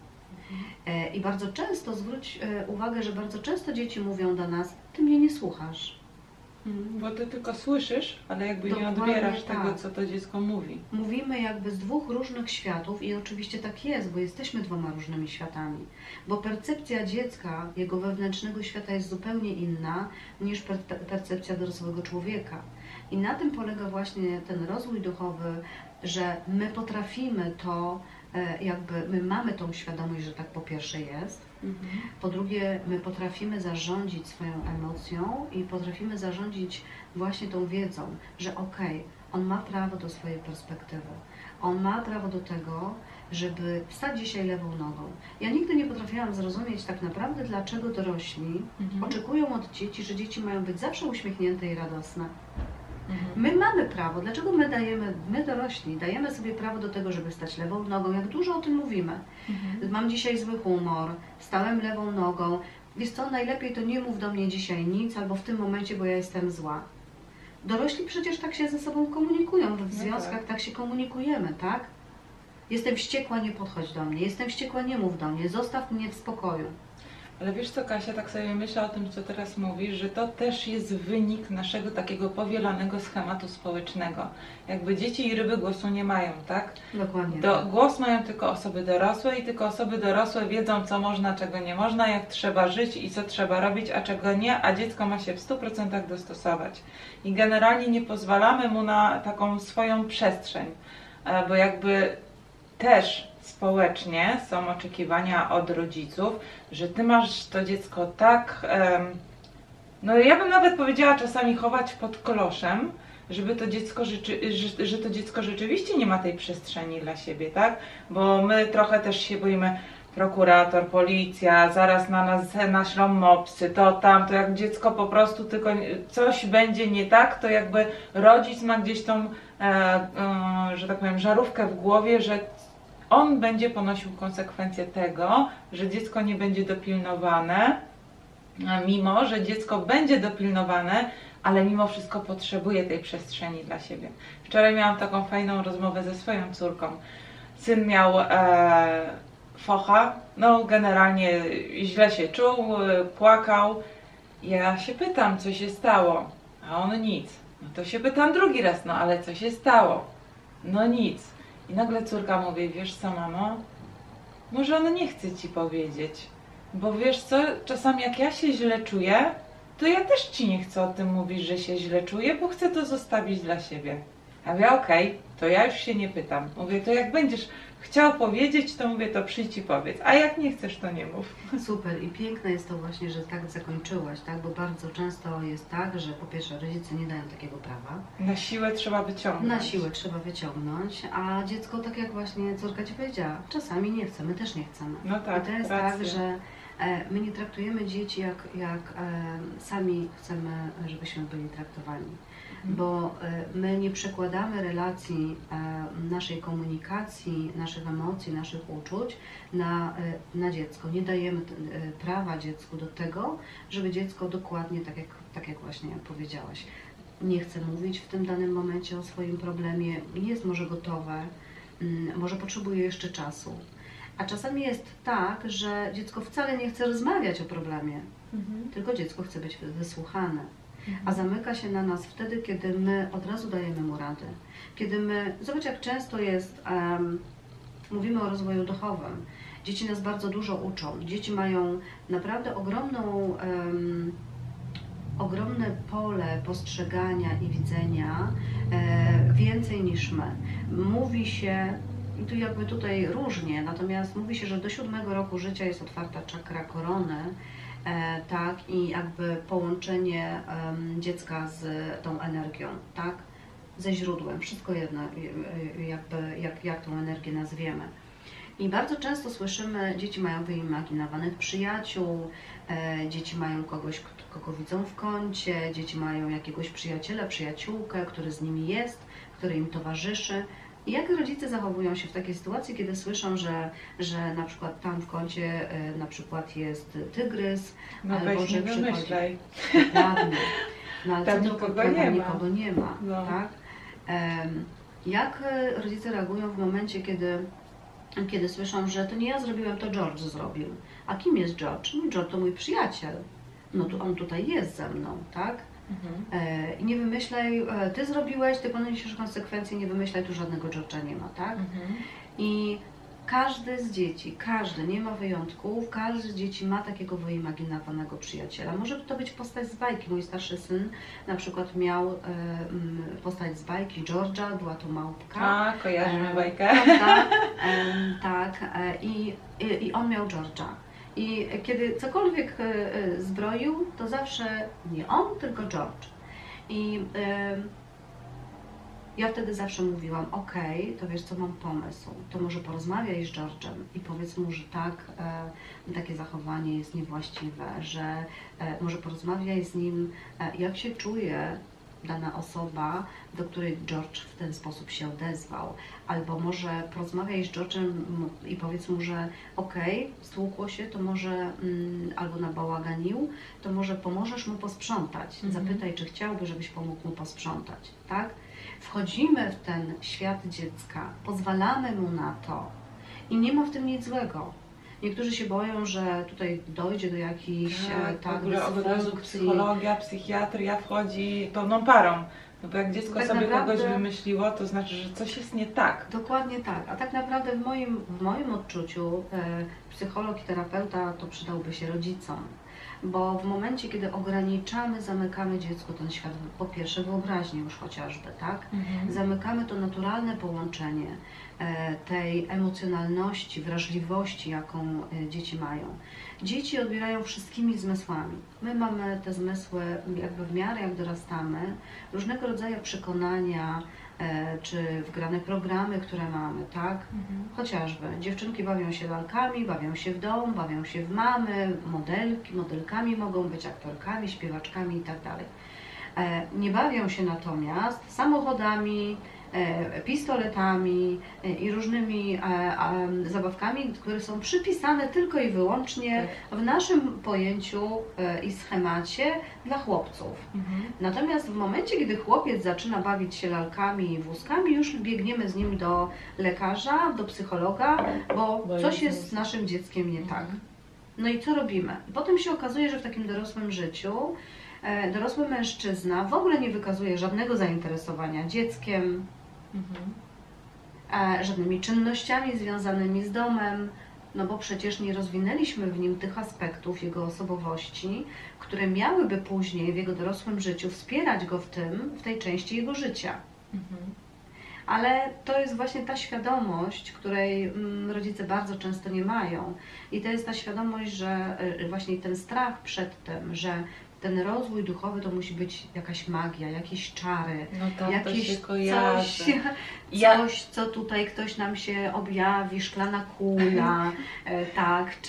I bardzo często, zwróć uwagę, że bardzo często dzieci mówią do nas, ty mnie nie słuchasz. Bo ty tylko słyszysz, ale jakby nie odbierasz tego, co to dziecko mówi. Mówimy jakby z dwóch różnych światów i oczywiście tak jest, bo jesteśmy dwoma różnymi światami. Bo percepcja dziecka, jego wewnętrznego świata jest zupełnie inna niż percepcja dorosłego człowieka. I na tym polega właśnie ten rozwój duchowy, że my potrafimy to, my mamy tą świadomość, że tak po pierwsze jest, po drugie my potrafimy zarządzić swoją emocją i potrafimy zarządzić właśnie tą wiedzą, że on ma prawo do swojej perspektywy, on ma prawo do tego, żeby wstać dzisiaj lewą nogą. Ja nigdy nie potrafiłam zrozumieć tak naprawdę, dlaczego dorośli oczekują od dzieci, że dzieci mają być zawsze uśmiechnięte i radosne. My mamy prawo, dlaczego my dorośli, dajemy sobie prawo do tego, żeby stać lewą nogą, jak dużo o tym mówimy. Mam dzisiaj zły humor, wstałem lewą nogą, wiesz co, najlepiej to nie mów do mnie dzisiaj nic, albo w tym momencie, bo ja jestem zła. Dorośli przecież tak się ze sobą komunikują, w związkach tak się komunikujemy, tak? Jestem wściekła, nie podchodź do mnie, jestem wściekła, nie mów do mnie, zostaw mnie w spokoju. Ale wiesz co, Kasia, tak sobie myślę o tym, co teraz mówisz, że to też jest wynik naszego takiego powielanego schematu społecznego. Jakby dzieci i ryby głosu nie mają, tak? Dokładnie. Głos mają tylko osoby dorosłe i tylko osoby dorosłe wiedzą, co można, czego nie można, jak trzeba żyć i co trzeba robić, a czego nie, a dziecko ma się w 100% dostosować. I generalnie nie pozwalamy mu na taką swoją przestrzeń, bo jakby też społecznie są oczekiwania od rodziców, że ty masz to dziecko tak, no ja bym nawet powiedziała czasami chować pod kloszem, żeby to dziecko że to dziecko rzeczywiście nie ma tej przestrzeni dla siebie, tak? Bo my trochę też się boimy, prokurator, policja, zaraz na nas naślą mopsy, to tamto, jak dziecko po prostu tylko coś będzie nie tak, to jakby rodzic ma gdzieś tą, że tak powiem, żarówkę w głowie, że on będzie ponosił konsekwencje tego, że dziecko nie będzie dopilnowane, mimo że dziecko będzie dopilnowane, ale mimo wszystko potrzebuje tej przestrzeni dla siebie. Wczoraj miałam taką fajną rozmowę ze swoją córką. Syn miał focha, no generalnie źle się czuł, płakał. Ja się pytam, co się stało, a on nic. No to się pytam drugi raz, no ale co się stało? No nic. I nagle córka mówi, wiesz co, mamo, może on nie chce ci powiedzieć, bo wiesz co, czasami jak ja się źle czuję, to ja też ci nie chcę o tym mówić, że się źle czuję, bo chcę to zostawić dla siebie. Ja mówię, okej, to ja już się nie pytam. Mówię, to jak będziesz chciał powiedzieć, to mówię, to przyjdź i powiedz, a jak nie chcesz, to nie mów. Super i piękne jest to właśnie, że tak zakończyłaś, tak? Bo bardzo często jest tak, że po pierwsze rodzice nie dają takiego prawa. Na siłę trzeba wyciągnąć. Na siłę trzeba wyciągnąć, a dziecko, tak jak właśnie córka Ci powiedziała, czasami nie chce, my też nie chcemy. No tak, I to jest racja. tak, że my nie traktujemy dzieci jak sami chcemy, żebyśmy byli traktowani. Bo my nie przekładamy relacji naszej komunikacji, naszych emocji, naszych uczuć na dziecko. Nie dajemy prawa dziecku do tego, żeby dziecko dokładnie tak jak właśnie powiedziałaś, nie chce mówić w tym danym momencie o swoim problemie, nie jest może gotowe, może potrzebuje jeszcze czasu. A czasami jest tak, że dziecko wcale nie chce rozmawiać o problemie, tylko dziecko chce być wysłuchane. A zamyka się na nas wtedy, kiedy my od razu dajemy mu radę. Kiedy my, zobacz jak często jest, mówimy o rozwoju duchowym. Dzieci nas bardzo dużo uczą. Dzieci mają naprawdę ogromne pole postrzegania i widzenia, więcej niż my. Mówi się, i tu jakby tutaj różnie, natomiast mówi się, że do 7 roku życia jest otwarta czakra korony, tak, i jakby połączenie dziecka z tą energią, tak, ze źródłem, wszystko jedno, jakby jak tą energię nazwiemy. I bardzo często słyszymy, dzieci mają wyimaginowanych przyjaciół, dzieci mają kogoś, kogo widzą w kącie, dzieci mają jakiegoś przyjaciela, przyjaciółkę, który z nimi jest, który im towarzyszy. I jak rodzice zachowują się w takiej sytuacji, kiedy słyszą, że na przykład tam w kącie na przykład jest tygrys, No albo weź że nie wymyślaj. Dokładnie. No ale Tam co nikogo to, nie ma. nikogo nie ma, No. tak? Jak rodzice reagują w momencie, kiedy słyszą, że to nie ja zrobiłem, to George zrobił. A kim jest George? No, George to mój przyjaciel. No to on tutaj jest ze mną, tak? I nie wymyślaj, ty zrobiłeś, ty ponosisz konsekwencje, nie wymyślaj, tu żadnego George'a nie ma, tak? I każdy z dzieci, nie ma wyjątków, każdy z dzieci ma takiego wyimaginowanego przyjaciela. Może to być postać z bajki. Mój starszy syn na przykład miał postać z bajki George'a, była to małpka. A, kojarzymy bajkę. Tak, i on miał George'a. I kiedy cokolwiek zbroił, to zawsze nie on, tylko George. I ja wtedy zawsze mówiłam, okej, to wiesz co, mam pomysł, to może porozmawiaj z George'em i powiedz mu, że tak, takie zachowanie jest niewłaściwe, że może porozmawiaj z nim, jak się czuje dana osoba, do której George w ten sposób się odezwał. Albo może porozmawiaj z George'em i powiedz mu, że okej, stłukło się, to może, albo nabałaganił, to może pomożesz mu posprzątać. Zapytaj, czy chciałby, żebyś pomógł mu posprzątać, tak? Wchodzimy w ten świat dziecka, pozwalamy mu na to i nie ma w tym nic złego. Niektórzy się boją, że tutaj dojdzie do jakichś W ogóle od razu dysfunkcji. psychologia, psychiatria wchodzi pełną parą. No bo jak dziecko Tak sobie naprawdę- kogoś wymyśliło, to znaczy, że coś jest nie tak. Dokładnie tak. A tak naprawdę w moim odczuciu psycholog i terapeuta to przydałby się rodzicom. Bo w momencie, kiedy ograniczamy, zamykamy dziecku ten świat, po pierwsze wyobraźnię już chociażby, tak? Zamykamy to naturalne połączenie tej emocjonalności, wrażliwości, jaką dzieci mają. Dzieci odbierają wszystkimi zmysłami. My mamy te zmysły jakby w miarę jak dorastamy, różnego rodzaju przekonania, czy wgrane programy, które mamy, tak? Chociażby dziewczynki bawią się lalkami, bawią się w dom, bawią się w mamy, modelkami mogą być, aktorkami, śpiewaczkami i tak dalej. Nie bawią się natomiast samochodami, pistoletami i różnymi zabawkami, które są przypisane tylko i wyłącznie w naszym pojęciu i schemacie dla chłopców. Natomiast w momencie, kiedy chłopiec zaczyna bawić się lalkami i wózkami, już biegniemy z nim do lekarza, do psychologa, bo coś jest z naszym dzieckiem nie tak. No i co robimy? Potem się okazuje, że w takim dorosłym życiu dorosły mężczyzna w ogóle nie wykazuje żadnego zainteresowania dzieckiem, żadnymi czynnościami związanymi z domem, no bo przecież nie rozwinęliśmy w nim tych aspektów jego osobowości, które miałyby później w jego dorosłym życiu wspierać go w tej części jego życia. ale to jest właśnie ta świadomość, której rodzice bardzo często nie mają. I to jest ta świadomość, że właśnie ten strach przed tym, że ten rozwój duchowy to musi być jakaś magia, jakieś czary, No tak, jakieś to się kojarzy. coś, co tutaj ktoś nam się objawi, szklana kula, tak,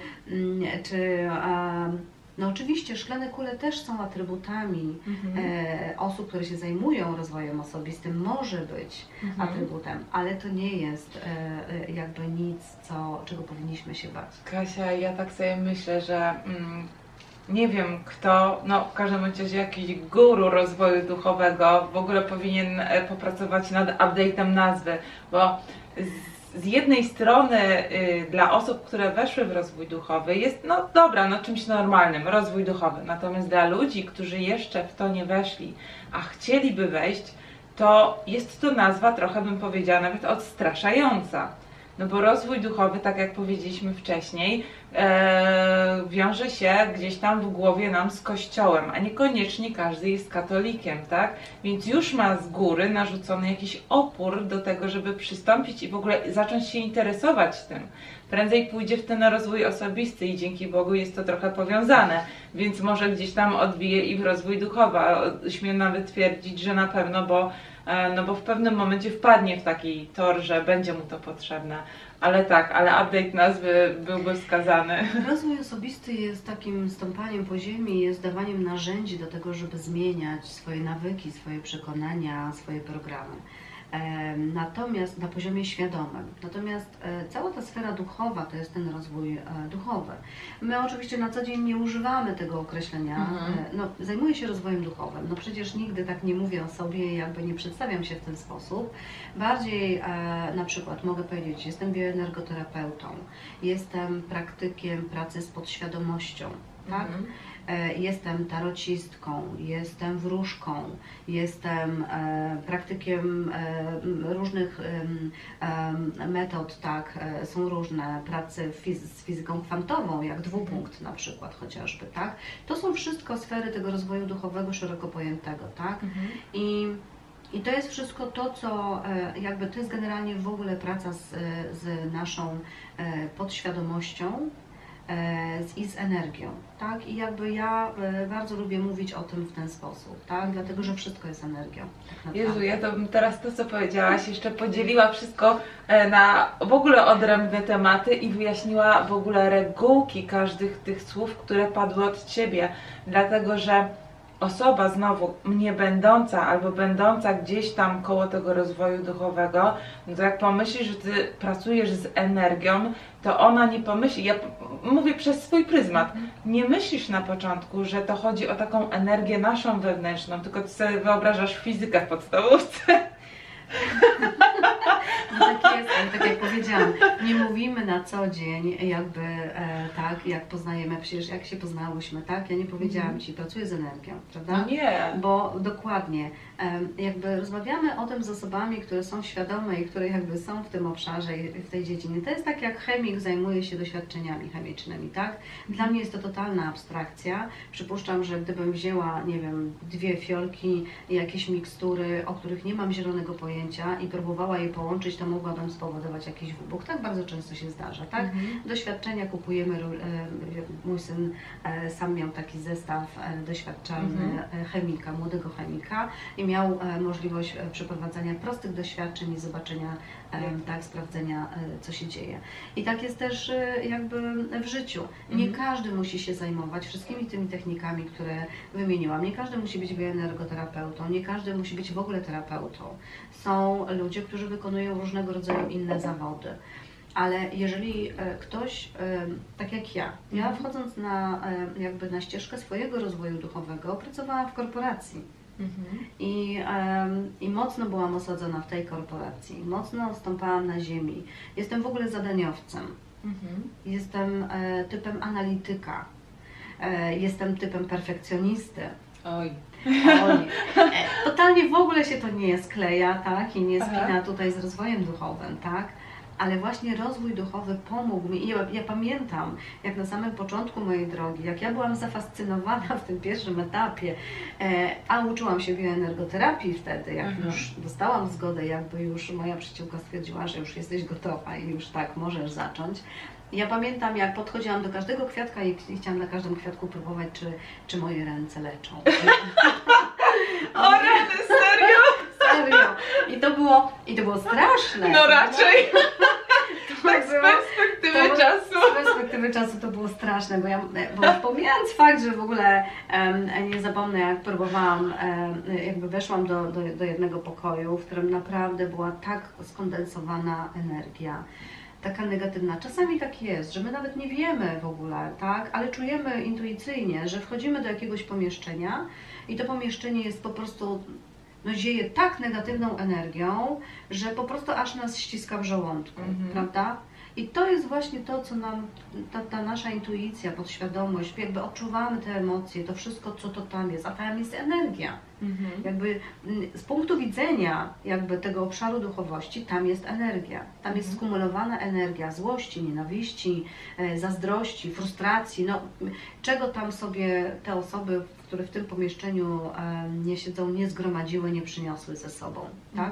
czy no oczywiście szklane kule też są atrybutami osób, które się zajmują rozwojem osobistym, może być atrybutem, ale to nie jest jakby nic, czego powinniśmy się bać. Kasia, ja tak sobie myślę, że nie wiem kto, no w każdym razie jakiś guru rozwoju duchowego w ogóle powinien popracować nad update'em nazwy, bo z jednej strony dla osób, które weszły w rozwój duchowy jest, no dobra, no czymś normalnym, rozwój duchowy, natomiast dla ludzi, którzy jeszcze w to nie weszli, a chcieliby wejść, to jest to nazwa trochę, bym powiedziała, nawet odstraszająca. No bo rozwój duchowy, tak jak powiedzieliśmy wcześniej, wiąże się gdzieś tam w głowie nam z Kościołem, a niekoniecznie każdy jest katolikiem, tak? Więc już ma z góry narzucony jakiś opór do tego, żeby przystąpić i w ogóle zacząć się interesować tym. Prędzej pójdzie w ten rozwój osobisty i dzięki Bogu jest to trochę powiązane, więc może gdzieś tam odbije i w rozwój duchowy. Śmiem nawet twierdzić, że na pewno, bo w pewnym momencie wpadnie w taki tor, że będzie mu to potrzebne. Ale tak, ale update nazwy byłby wskazany. Rozwój osobisty jest takim stąpaniem po ziemi, jest dawaniem narzędzi do tego, żeby zmieniać swoje nawyki, swoje przekonania, swoje programy. Natomiast na poziomie świadomym. Natomiast cała ta sfera duchowa to jest ten rozwój duchowy. My oczywiście na co dzień nie używamy tego określenia. No, zajmuję się rozwojem duchowym. No przecież nigdy tak nie mówię o sobie, jakby nie przedstawiam się w ten sposób. Bardziej na przykład mogę powiedzieć, jestem bioenergoterapeutą, jestem praktykiem pracy z podświadomością. Tak? Jestem tarocistką, jestem wróżką, jestem praktykiem różnych metod, tak, są różne prace z fizyką kwantową, jak dwupunkt na przykład chociażby, tak. To są wszystko sfery tego rozwoju duchowego szeroko pojętego, tak. I to jest wszystko to, co jakby to jest generalnie w ogóle praca z naszą podświadomością, i z energią, tak? I jakby ja bardzo lubię mówić o tym w ten sposób, tak? Dlatego, że wszystko jest energią. Tak. Jezu, ja to bym teraz to, co powiedziałaś, jeszcze podzieliła wszystko na w ogóle odrębne tematy i wyjaśniła w ogóle regułki każdych tych słów, które padły od Ciebie, dlatego, że osoba znowu nie będąca albo będąca gdzieś tam koło tego rozwoju duchowego, no to jak pomyślisz, że Ty pracujesz z energią, to ona nie pomyśli, ja mówię przez swój pryzmat, nie myślisz na początku, że to chodzi o taką energię naszą wewnętrzną, tylko Ty sobie wyobrażasz fizykę w podstawówce. No tak jest, ale tak jak powiedziałam, nie mówimy na co dzień jakby tak, jak poznajemy, przecież jak się poznałyśmy, tak? Ja nie powiedziałam Ci, pracuję z energią, prawda? No nie. Bo dokładnie, jakby rozmawiamy o tym z osobami, które są świadome i które jakby są w tym obszarze i w tej dziedzinie. To jest tak jak chemik zajmuje się doświadczeniami chemicznymi, tak? Dla mnie jest to totalna abstrakcja. Przypuszczam, że gdybym wzięła, nie wiem, 2 fiolki i jakieś mikstury, o których nie mam zielonego pojęcia i próbowała je połączyć, to mogłabym spowodować jakiś wybuch. Tak bardzo często się zdarza, tak? Doświadczenia kupujemy, mój syn sam miał taki zestaw doświadczalny chemika, młodego chemika i miał możliwość przeprowadzania prostych doświadczeń i zobaczenia, tak, sprawdzenia, co się dzieje. I tak jest też jakby w życiu. Nie każdy musi się zajmować wszystkimi tymi technikami, które wymieniłam. Nie każdy musi być bioenergoterapeutą, nie każdy musi być w ogóle terapeutą. Są ludzie, którzy wykonują różnego rodzaju inne zawody. Ale jeżeli ktoś, tak jak ja wchodząc jakby na ścieżkę swojego rozwoju duchowego, pracowałam w korporacji. I mocno byłam osadzona w tej korporacji, mocno stąpałam na ziemi. Jestem w ogóle zadaniowcem, jestem typem analityka, jestem typem perfekcjonisty. Oj. Totalnie w ogóle się to nie skleja, tak? I nie spina tutaj z rozwojem duchowym, tak? ale właśnie rozwój duchowy pomógł mi. I ja pamiętam, jak na samym początku mojej drogi, jak ja byłam zafascynowana w tym pierwszym etapie, a uczyłam się bioenergoterapii wtedy, jak już dostałam zgodę, jakby już moja przyjaciółka stwierdziła, że już jesteś gotowa i już tak możesz zacząć. Ja pamiętam, jak podchodziłam do każdego kwiatka i chciałam na każdym kwiatku próbować, czy moje ręce leczą. O rany, serio? Serio. I to było straszne. No raczej. Tak z perspektywy czasu. Z perspektywy czasu to było straszne, bo pomijając fakt, że w ogóle nie zapomnę, jak próbowałam, jakby weszłam do jednego pokoju, w którym naprawdę była tak skondensowana energia, taka negatywna. Czasami tak jest, że my nawet nie wiemy w ogóle, tak, ale czujemy intuicyjnie, że wchodzimy do jakiegoś pomieszczenia i to pomieszczenie jest po prostu, no, zieje tak negatywną energią, że po prostu aż nas ściska w żołądku, prawda? I to jest właśnie to, co nam, ta nasza intuicja, podświadomość, jakby odczuwamy te emocje, to wszystko, co to tam jest, a tam jest energia. Jakby z punktu widzenia jakby tego obszaru duchowości, tam jest energia. Tam jest skumulowana energia złości, nienawiści, zazdrości, frustracji, no czego tam sobie te osoby, które w tym pomieszczeniu nie siedzą, nie zgromadziły, nie przyniosły ze sobą, tak?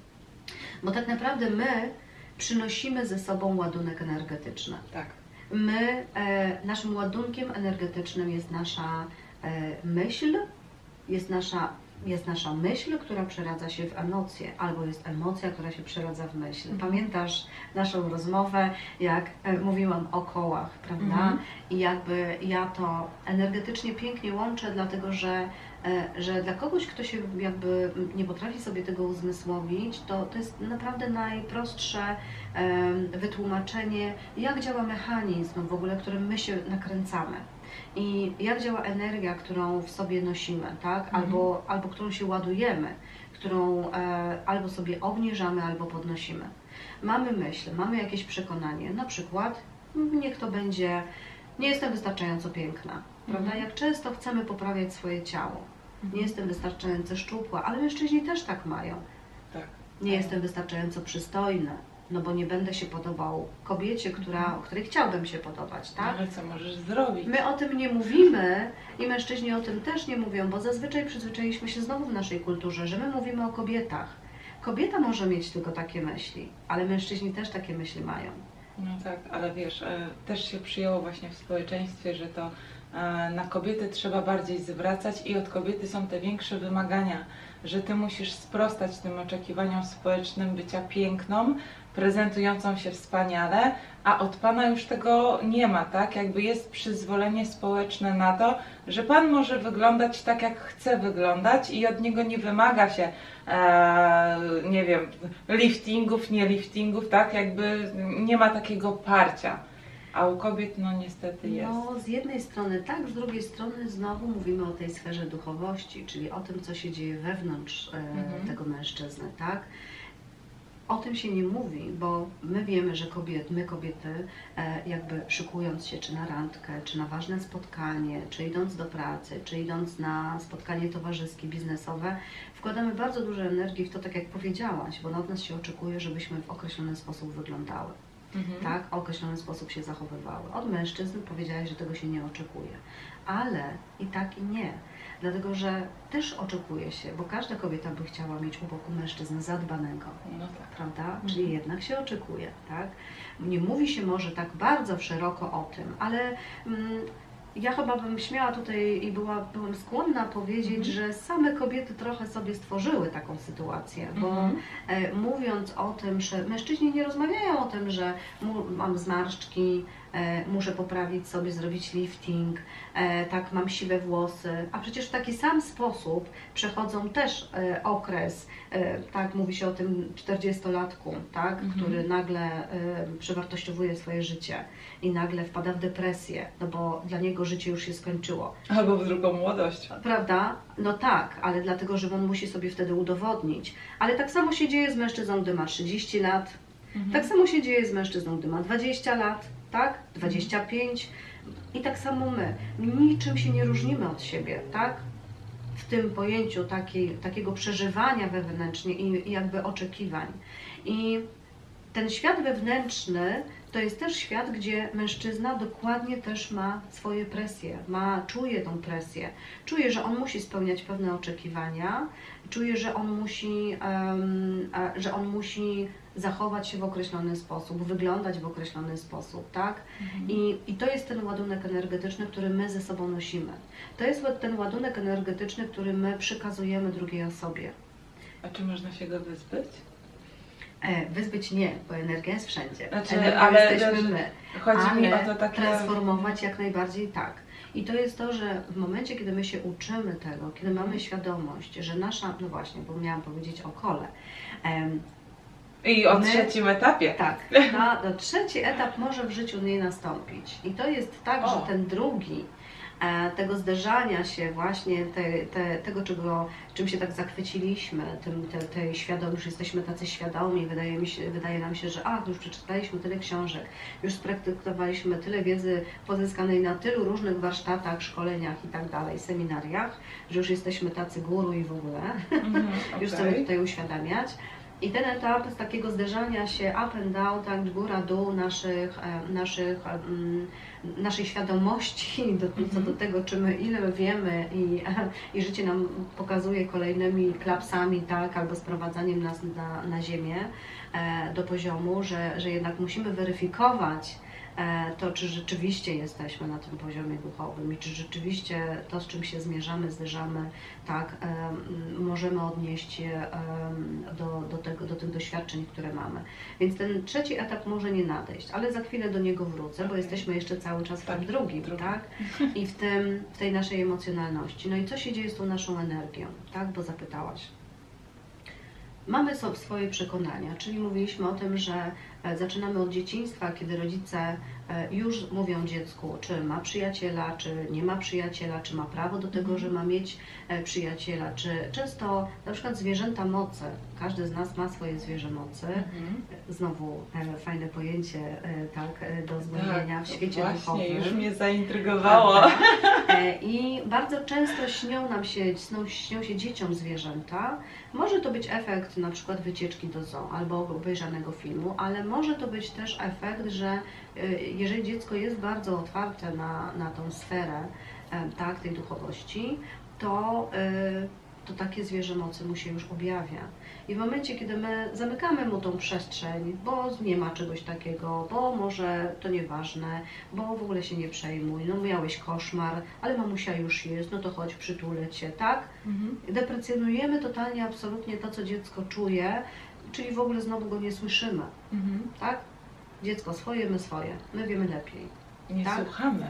Bo tak naprawdę my przynosimy ze sobą ładunek energetyczny. Tak. My, naszym ładunkiem energetycznym jest nasza myśl, jest nasza myśl, która przeradza się w emocje, albo jest emocja, która się przeradza w myśl. Pamiętasz naszą rozmowę, jak mówiłam o kołach, prawda? I jakby ja to energetycznie pięknie łączę, dlatego że dla kogoś, kto się jakby nie potrafi sobie tego uzmysłowić, to jest naprawdę najprostsze wytłumaczenie, jak działa mechanizm w ogóle, którym my się nakręcamy. I jak działa energia, którą w sobie nosimy, tak? Albo którą się ładujemy, którą albo sobie obniżamy, albo podnosimy. Mamy myśl, mamy jakieś przekonanie, na przykład niech to będzie, nie jestem wystarczająco piękna, prawda? Jak często chcemy poprawiać swoje ciało. Nie jestem wystarczająco szczupła, ale mężczyźni też tak mają. Tak. Nie jestem wystarczająco przystojna, no bo nie będę się podobał kobiecie, której chciałbym się podobać, tak? Ale co możesz zrobić? My o tym nie mówimy i mężczyźni o tym też nie mówią, bo zazwyczaj przyzwyczailiśmy się znowu w naszej kulturze, że my mówimy o kobietach. Kobieta może mieć tylko takie myśli, ale mężczyźni też takie myśli mają. No tak, ale wiesz, też się przyjęło właśnie w społeczeństwie, że to na kobiety trzeba bardziej zwracać i od kobiety są te większe wymagania, że ty musisz sprostać tym oczekiwaniom społecznym bycia piękną, prezentującą się wspaniale, a od Pana już tego nie ma, tak? Jakby jest przyzwolenie społeczne na to, że Pan może wyglądać tak, jak chce wyglądać i od niego nie wymaga się, nie wiem, liftingów, nie liftingów, tak? Jakby nie ma takiego parcia. A u kobiet, no niestety jest. No, z jednej strony tak, z drugiej strony znowu mówimy o tej sferze duchowości, czyli o tym, co się dzieje wewnątrz tego mężczyzny, tak? O tym się nie mówi, bo my wiemy, że my kobiety, jakby szykując się czy na randkę, czy na ważne spotkanie, czy idąc do pracy, czy idąc na spotkanie towarzyskie, biznesowe, wkładamy bardzo dużo energii w to, tak jak powiedziałaś, bo od nas się oczekuje, żebyśmy w określony sposób wyglądały. Tak, w określony sposób się zachowywały. Od mężczyzn powiedziałaś, że tego się nie oczekuje, ale i tak i nie, dlatego że też oczekuje się, bo każda kobieta by chciała mieć u boku mężczyznę zadbanego, No tak. prawda? Czyli jednak się oczekuje, tak? Nie mówi się może tak bardzo szeroko o tym, ale ja chyba bym śmiała tutaj i byłam skłonna powiedzieć, że same kobiety trochę sobie stworzyły taką sytuację, bo mówiąc o tym, że mężczyźni nie rozmawiają o tym, że mam zmarszczki, muszę poprawić sobie, zrobić lifting, tak, mam siwe włosy, a przecież w taki sam sposób przechodzą też okres, tak, mówi się o tym 40-latku, tak, który nagle przewartościowuje swoje życie i nagle wpada w depresję, no bo dla niego życie już się skończyło. Albo w drugą młodość. Prawda? No tak, ale dlatego, że on musi sobie wtedy udowodnić. Ale tak samo się dzieje z mężczyzną, gdy ma 30 lat, tak samo się dzieje z mężczyzną, gdy ma 20 lat, tak? 25 i tak samo my. Niczym się nie różnimy od siebie, tak? W tym pojęciu takiego przeżywania wewnętrznie i jakby oczekiwań. I ten świat wewnętrzny to jest też świat, gdzie mężczyzna dokładnie też ma swoje presje, czuje tą presję, czuje, że on musi spełniać pewne oczekiwania, czuje, że on musi zachować się w określony sposób, wyglądać w określony sposób, tak? I to jest ten ładunek energetyczny, który my ze sobą nosimy. To jest ten ładunek energetyczny, który my przekazujemy drugiej osobie. A czy można się go wyzbyć? Wyzbyć nie, bo energia jest wszędzie. Znaczy, ale jesteśmy my. Chodzi mi o to takie... transformować jak najbardziej tak. I to jest to, że w momencie, kiedy my się uczymy tego, kiedy mamy świadomość, że nasza, no właśnie, bo miałam powiedzieć o kole. I o trzecim etapie. Tak, trzeci etap może w życiu nie nastąpić. I to jest tak, że ten drugi, tego zderzania się właśnie, tego czym się tak zachwyciliśmy, tej świadomości, już jesteśmy tacy świadomi, wydaje nam się, że już przeczytaliśmy tyle książek, już spraktykowaliśmy tyle wiedzy pozyskanej na tylu różnych warsztatach, szkoleniach i tak dalej, seminariach, że już jesteśmy tacy guru i w ogóle, już chcemy tutaj uświadamiać. I ten etap z takiego zderzania się up and down, tak, góra, dół naszej świadomości co do tego, czy my ile wiemy i życie nam pokazuje kolejnymi klapsami, tak, albo sprowadzaniem nas na ziemię do poziomu, że jednak musimy weryfikować to, czy rzeczywiście jesteśmy na tym poziomie duchowym i czy rzeczywiście to, z czym się zmierzamy, zderzamy, tak, możemy odnieść je do tych doświadczeń, które mamy. Więc ten trzeci etap może nie nadejść, ale za chwilę do niego wrócę, bo jesteśmy jeszcze cały czas w tym drugim, tak? I w tej naszej emocjonalności. No i co się dzieje z tą naszą energią, tak? Bo zapytałaś. Mamy swoje przekonania, czyli mówiliśmy o tym, że zaczynamy od dzieciństwa, kiedy rodzice już mówią dziecku, czy ma przyjaciela, czy nie ma przyjaciela, czy ma prawo do tego, że ma mieć przyjaciela, czy często na przykład zwierzęta mocy, każdy z nas ma swoje zwierzę mocy, znowu fajne pojęcie, tak, do zgłębienia w świecie duchowym. Już mnie zaintrygowało. I bardzo często śnią się dzieciom zwierzęta. Może to być efekt na przykład wycieczki do zoo albo obejrzanego filmu, ale może to być też efekt, że jeżeli dziecko jest bardzo otwarte na tą sferę, tak, tej duchowości, to takie zwierzę mocy mu się już objawia. I w momencie, kiedy my zamykamy mu tą przestrzeń, bo nie ma czegoś takiego, bo może to nieważne, bo w ogóle się nie przejmuj, no miałeś koszmar, ale mamusia już jest, no to chodź, przytulę cię, tak? Deprecjonujemy totalnie, absolutnie to, co dziecko czuje, czyli w ogóle znowu go nie słyszymy, tak? Dziecko swoje, my swoje, my wiemy lepiej. Nie tak? słuchamy.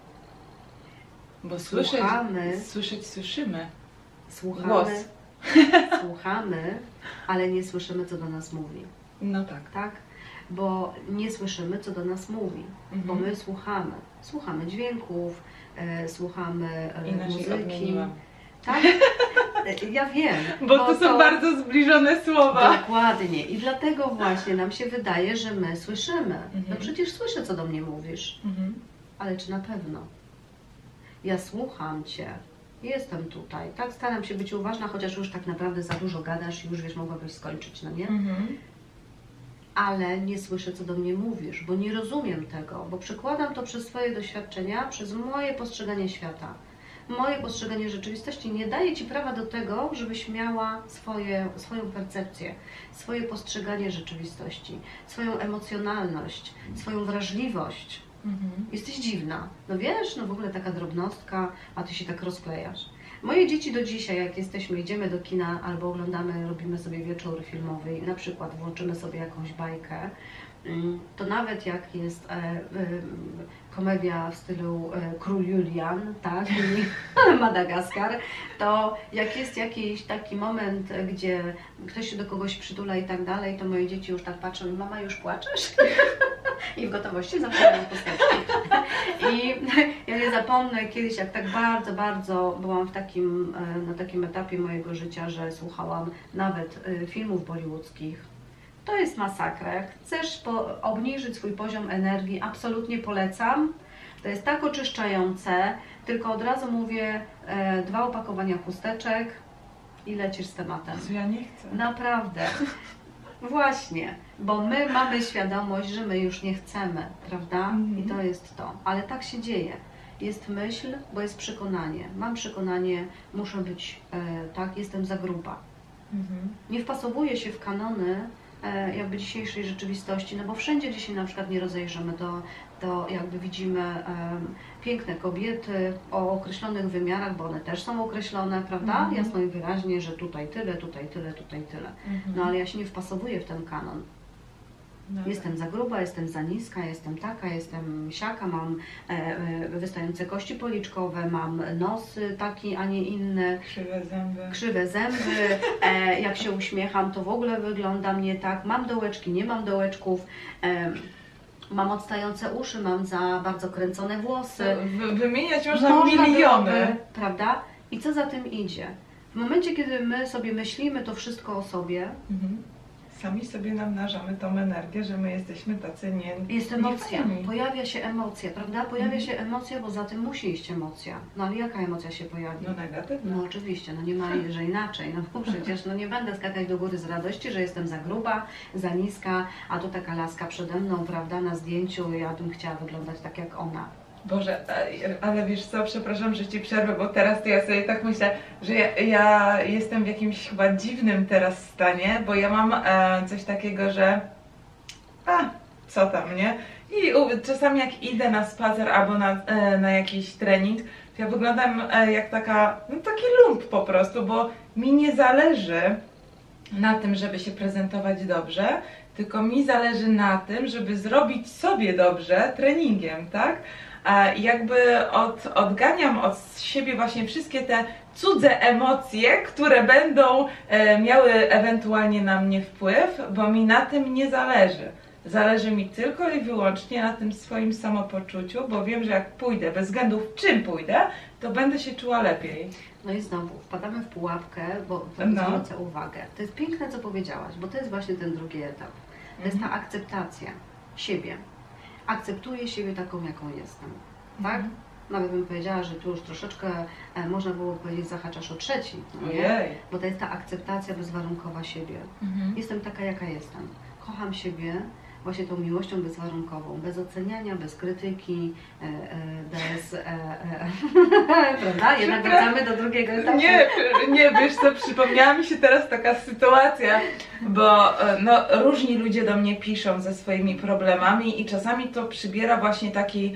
Bo słyszymy. Głos. Słuchamy, ale nie słyszymy, co do nas mówi. No tak. Tak? Bo nie słyszymy, co do nas mówi, bo my słuchamy. Słuchamy dźwięków, słuchamy muzyki. Tak? Ja wiem. Bo to są bardzo zbliżone słowa. Dokładnie. I dlatego właśnie nam się wydaje, że my słyszymy. No przecież słyszę, co do mnie mówisz. Ale czy na pewno? Ja słucham Cię. Jestem tutaj, tak? Staram się być uważna, chociaż już tak naprawdę za dużo gadasz i już wiesz, mogłabyś skończyć, no nie? Ale nie słyszę, co do mnie mówisz, bo nie rozumiem tego, bo przekładam to przez swoje doświadczenia, przez moje postrzeganie świata. Moje postrzeganie rzeczywistości nie daje Ci prawa do tego, żebyś miała swoją percepcję, swoje postrzeganie rzeczywistości, swoją emocjonalność, swoją wrażliwość. Jesteś dziwna. No wiesz, no w ogóle taka drobnostka, a Ty się tak rozklejasz. Moje dzieci do dzisiaj, jak idziemy do kina albo oglądamy, robimy sobie wieczór filmowy i na przykład włączymy sobie jakąś bajkę, to nawet jak jest komedia w stylu Król Julian, tak, i Madagaskar, to jak jest jakiś taki moment, gdzie ktoś się do kogoś przytula i tak dalej, to moje dzieci już tak patrzą i mama, już płaczesz? I w gotowości zaczynają postępki. I ja nie zapomnę kiedyś, jak tak bardzo, bardzo byłam na takim etapie mojego życia, że słuchałam nawet filmów bollywoodzkich. To jest masakra. Chcesz obniżyć swój poziom energii, absolutnie polecam. To jest tak oczyszczające, tylko od razu mówię 2 opakowania chusteczek i lecisz z tematem. Ja nie chcę. Naprawdę. Właśnie, bo my mamy świadomość, że my już nie chcemy, prawda? I to jest to. Ale tak się dzieje. Jest myśl, bo jest przekonanie. Mam przekonanie, muszę być tak, jestem za gruba. Nie wpasowuję się w kanony jakby dzisiejszej rzeczywistości, no bo wszędzie, gdzie się na przykład nie rozejrzymy, to jakby widzimy piękne kobiety o określonych wymiarach, bo one też są określone, prawda? Jasno i wyraźnie, że tutaj tyle, tutaj tyle, tutaj tyle. No ale ja się nie wpasowuję w ten kanon. Jestem za gruba, jestem za niska, jestem taka, jestem siaka, mam wystające kości policzkowe, mam nos taki, a nie inny. Krzywe zęby, jak się uśmiecham, to w ogóle wyglądam nie tak. Mam dołeczki, nie mam dołeczków. Mam odstające uszy, mam za bardzo kręcone włosy. Wymieniać można miliony. Byłoby, prawda? I co za tym idzie? W momencie, kiedy my sobie myślimy to wszystko o sobie, sami sobie namnażamy tą energię, że my jesteśmy tacy jest emocja, pojawia się emocja, prawda? Pojawia się emocja, bo za tym musi iść emocja. No ale jaka emocja się pojawi? No negatywna. No oczywiście, no nie ma, że inaczej. No bo przecież no nie będę skakać do góry z radości, że jestem za gruba, za niska, a tu taka laska przede mną, prawda, na zdjęciu, ja bym chciała wyglądać tak jak ona. Boże, ale wiesz co, przepraszam, że Ci przerwę, bo teraz to ja sobie tak myślę, że ja jestem w jakimś chyba dziwnym teraz stanie, bo ja mam coś takiego, że co tam, nie? I czasami jak idę na spacer albo na jakiś trening, to ja wyglądam jak taki lump po prostu, bo mi nie zależy na tym, żeby się prezentować dobrze, tylko mi zależy na tym, żeby zrobić sobie dobrze treningiem, tak? Jakby odganiam od siebie właśnie wszystkie te cudze emocje, które będą miały ewentualnie na mnie wpływ, bo mi na tym nie zależy. Zależy mi tylko i wyłącznie na tym swoim samopoczuciu, bo wiem, że jak pójdę, bez względu w czym pójdę, to będę się czuła lepiej. No i znowu wpadamy w pułapkę, bo zwrócę uwagę. To jest piękne, co powiedziałaś, bo to jest właśnie ten drugi etap. To jest ta akceptacja siebie. Akceptuję siebie taką, jaką jestem. Tak? Nawet bym powiedziała, że tu już troszeczkę można było powiedzieć, zahaczasz o trzeci. No nie? Bo to jest ta akceptacja bezwarunkowa siebie. Jestem taka, jaka jestem. Kocham siebie właśnie tą miłością bezwarunkową, bez oceniania, bez krytyki, bez... prawda? Jednak wracamy do drugiego etapu. Nie, wiesz co, przypomniała mi się teraz taka sytuacja, bo no, różni ludzie do mnie piszą ze swoimi problemami i czasami to przybiera właśnie taki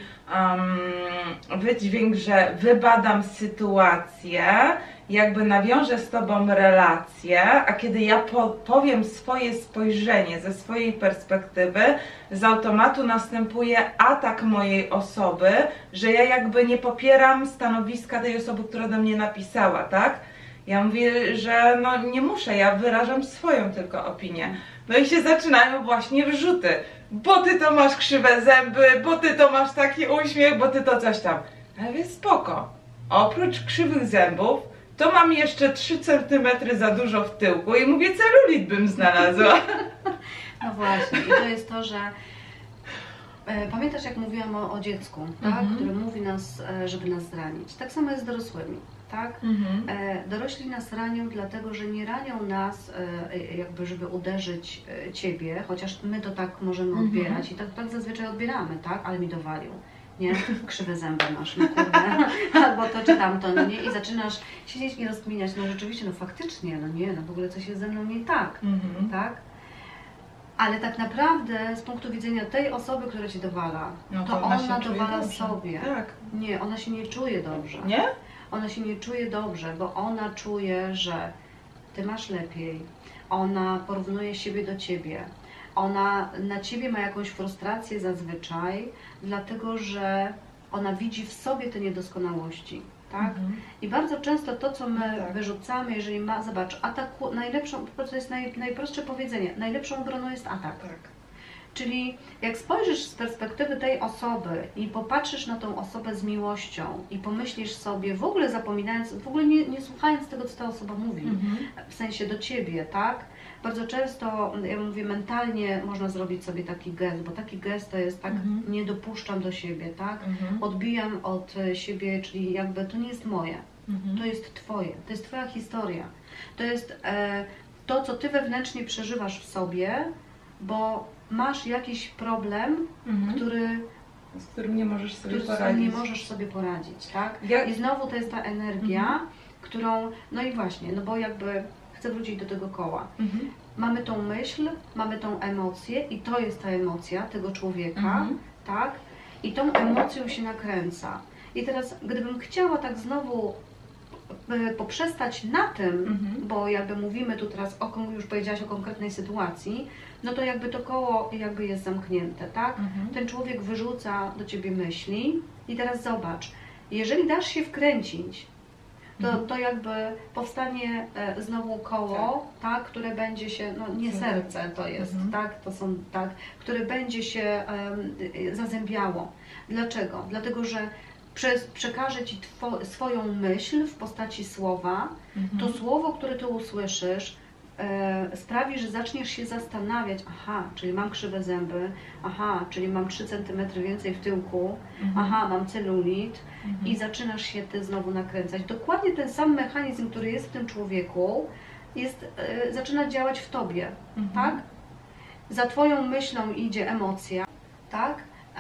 wydźwięk, że wybadam sytuację, jakby nawiążę z Tobą relację, a kiedy ja powiem swoje spojrzenie ze swojej perspektywy, z automatu następuje atak mojej osoby, że ja jakby nie popieram stanowiska tej osoby, która do mnie napisała, tak? Ja mówię, że no nie muszę, ja wyrażam swoją tylko opinię. No i się zaczynają właśnie wrzuty. Bo Ty to masz krzywe zęby, bo Ty to masz taki uśmiech, bo Ty to coś tam. Ale więc spoko. Oprócz krzywych zębów, to mam jeszcze 3 cm za dużo w tyłku i mówię, celulit bym znalazła. No właśnie, i to jest to, że pamiętasz, jak mówiłam o dziecku, tak? Które mówi nas, żeby nas zranić. Tak samo jest z dorosłymi, tak? Dorośli nas ranią, dlatego że nie ranią nas, jakby żeby uderzyć Ciebie, chociaż my to tak możemy odbierać i tak zazwyczaj odbieramy, tak? Ale mi dowalił. Nie? Krzywe zęby masz, no kurde, albo to czy tamto, no nie? I zaczynasz siedzieć i rozkminiać, no rzeczywiście, no faktycznie, no nie, no w ogóle coś jest ze mną nie tak, tak? Ale tak naprawdę z punktu widzenia tej osoby, która Ci dowala, no to ona dowala dobrze. sobie. Tak. Nie, ona się nie czuje dobrze. Nie? Ona się nie czuje dobrze, bo ona czuje, że Ty masz lepiej. Ona porównuje siebie do Ciebie. Ona na Ciebie ma jakąś frustrację zazwyczaj, dlatego że ona widzi w sobie te niedoskonałości, tak? I bardzo często to, co my wyrzucamy, jeżeli ma, zobacz, ataku, to jest najprostsze powiedzenie, najlepszą obroną jest atak. Tak. Czyli jak spojrzysz z perspektywy tej osoby i popatrzysz na tą osobę z miłością i pomyślisz sobie, w ogóle zapominając, w ogóle nie słuchając tego, co ta osoba mówi, w sensie do Ciebie, tak? Bardzo często, ja mówię, mentalnie można zrobić sobie taki gest, bo taki gest to jest tak, nie dopuszczam do siebie, tak? Odbijam od siebie, czyli jakby to nie jest moje, to jest Twoje, to jest Twoja historia, to jest to, co ty wewnętrznie przeżywasz w sobie, bo masz jakiś problem, z którym nie możesz sobie z którym poradzić. nie możesz sobie poradzić, tak? Ja- I znowu to jest ta energia, którą, no i właśnie, no bo jakby chcę wrócić do tego koła. Mamy tą myśl, mamy tą emocję i to jest ta emocja tego człowieka, tak? I tą emocją się nakręca. I teraz, gdybym chciała tak znowu poprzestać na tym, bo jakby mówimy tu teraz, już powiedziałaś o konkretnej sytuacji, no to jakby to koło jakby jest zamknięte, tak? Ten człowiek wyrzuca do ciebie myśli i teraz zobacz, jeżeli dasz się wkręcić, to jakby powstanie znowu koło, tak, które będzie się, no nie serce to jest, tak, to są, tak, które będzie się zazębiało. Dlaczego? Dlatego, że przekaże ci swoją myśl w postaci słowa, to słowo, które ty usłyszysz, sprawi, że zaczniesz się zastanawiać, aha, czyli mam krzywe zęby, aha, czyli mam 3 cm więcej w tyłku, aha, mam celulit i zaczynasz się ty znowu nakręcać. Dokładnie ten sam mechanizm, który jest w tym człowieku, zaczyna działać w tobie, tak? Za twoją myślą idzie emocja, tak?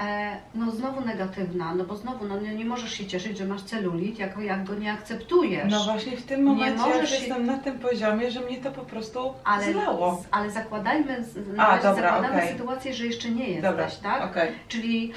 No znowu negatywna, no bo znowu no nie możesz się cieszyć, że masz celulit, jak go nie akceptujesz. No właśnie w tym momencie możesz ja jestem na tym poziomie, że mnie to po prostu ale, zlało. ale zakładajmy, zakładamy sytuację, że jeszcze nie jesteś, tak? Czyli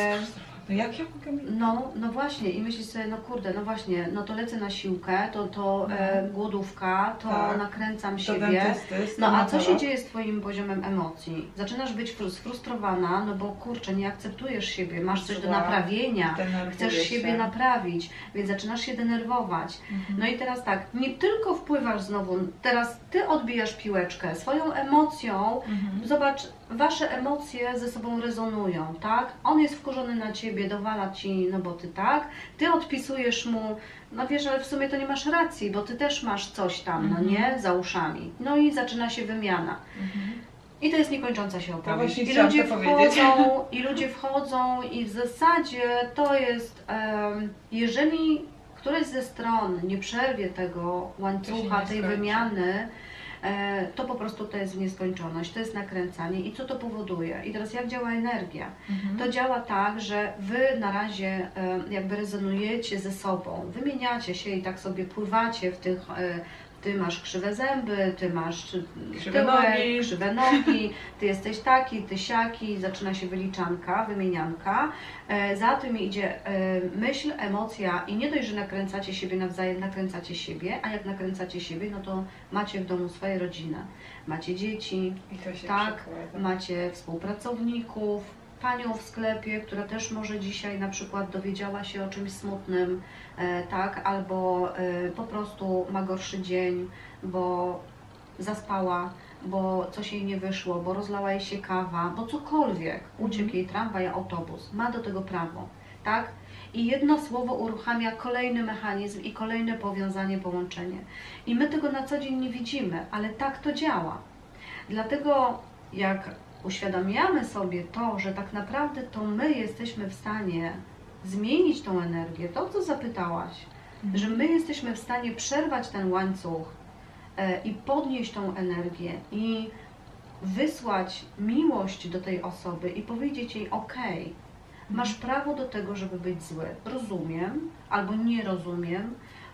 no jak ja mogę... no właśnie i myślisz sobie, no kurde, no właśnie, no to lecę na siłkę, to głodówka, to nakręcam siebie. No a co się dzieje z twoim poziomem emocji? Zaczynasz być sfrustrowana, no bo kurczę, nie akceptujesz siebie, masz coś do naprawienia, chcesz siebie naprawić, więc zaczynasz się denerwować. No i teraz tak, nie tylko wpływasz znowu, teraz ty odbijasz piłeczkę swoją emocją, zobacz, wasze emocje ze sobą rezonują, tak? On jest wkurzony na ciebie, dowala ci, no bo ty tak, ty odpisujesz mu, no wiesz, ale w sumie to nie masz racji, bo ty też masz coś tam, no nie, za uszami. No i zaczyna się wymiana. I to jest niekończąca się opowieść. I ludzie wchodzą i w zasadzie to jest, jeżeli któraś ze stron nie przerwie tego łańcucha, tej wymiany, to po prostu to jest nieskończoność, to jest nakręcanie. I co to powoduje? I teraz jak działa energia? To działa tak, że wy na razie jakby rezonujecie ze sobą, wymieniacie się i tak sobie pływacie w tych ty masz krzywe zęby, ty masz tyłek, krzywe nogi, ty jesteś taki, ty siaki, zaczyna się wyliczanka, wymienianka. Za tym idzie myśl, emocja i nie dość, że nakręcacie siebie nawzajem, nakręcacie siebie, a jak nakręcacie siebie, no to macie w domu swoje rodziny, macie dzieci, tak, macie współpracowników, panią w sklepie, która też może dzisiaj na przykład dowiedziała się o czymś smutnym, tak, albo po prostu ma gorszy dzień, bo zaspała, bo coś jej nie wyszło, bo rozlała jej się kawa, bo cokolwiek, uciekł jej tramwaj, autobus, ma do tego prawo, tak? I jedno słowo uruchamia kolejny mechanizm i kolejne powiązanie, połączenie. I my tego na co dzień nie widzimy, ale tak to działa. Dlatego jak uświadamiamy sobie to, że tak naprawdę to my jesteśmy w stanie zmienić tą energię, to co zapytałaś, że my jesteśmy w stanie przerwać ten łańcuch i podnieść tą energię i wysłać miłość do tej osoby i powiedzieć jej okej, masz prawo do tego, żeby być zły. Rozumiem albo nie rozumiem,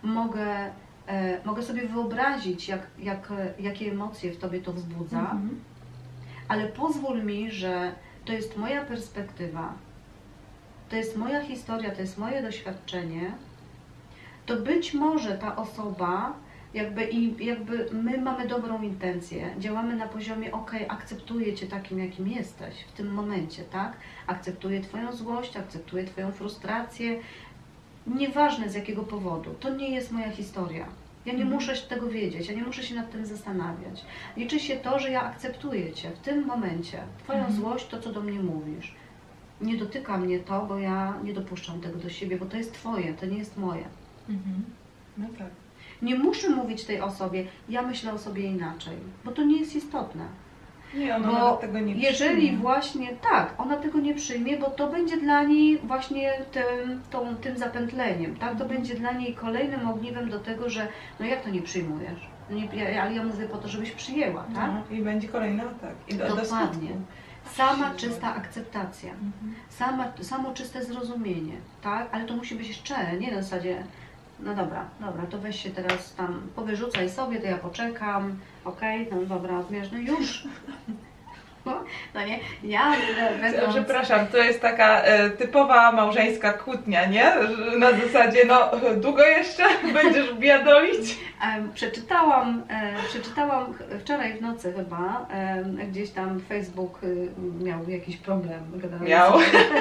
mogę sobie wyobrazić, jakie emocje w tobie to wzbudza, ale pozwól mi, że to jest moja perspektywa, to jest moja historia, to jest moje doświadczenie, to być może ta osoba, jakby my mamy dobrą intencję, działamy na poziomie akceptuję Cię takim, jakim jesteś w tym momencie, tak? Akceptuję Twoją złość, akceptuję Twoją frustrację, nieważne z jakiego powodu, to nie jest moja historia. Ja nie muszę tego wiedzieć, ja nie muszę się nad tym zastanawiać. Liczy się to, że ja akceptuję Cię w tym momencie, Twoją złość, to co do mnie mówisz. Nie dotyka mnie to, bo ja nie dopuszczam tego do siebie, bo to jest Twoje, to nie jest moje. No tak. Nie muszę mówić tej osobie, ja myślę o sobie inaczej, bo to nie jest istotne. Nie, ona nawet tego nie przyjmie. Jeżeli właśnie tak, ona tego nie przyjmie, bo to będzie dla niej właśnie tym zapętleniem, tak? To będzie dla niej kolejnym ogniwem do tego, że no jak to nie przyjmujesz? No nie, ale ja mówię po to, żebyś przyjęła, tak? No, i będzie kolejny atak. I do Dokładnie. skutku. Sama czysta akceptacja, samo czyste zrozumienie, tak? Ale to musi być szczere, nie na zasadzie, no dobra, to weź się teraz tam, powyrzucaj sobie, to ja poczekam, okej, no dobra, zmierz, no już. No nie, ja będąc... Przepraszam, to jest taka typowa małżeńska kłótnia, nie? Że na zasadzie, no długo jeszcze będziesz biadolić? Przeczytałam wczoraj w nocy chyba, gdzieś tam Facebook miał jakiś problem. Miał.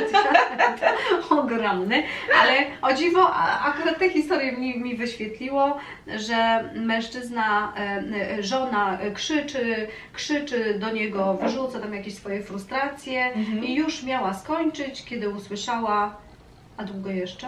Ogromny, ale o dziwo akurat tę historię mi wyświetliło, że mężczyzna, żona krzyczy do niego, wyrzuca tam jakieś swoje frustracje i już miała skończyć, kiedy usłyszała, a długo jeszcze?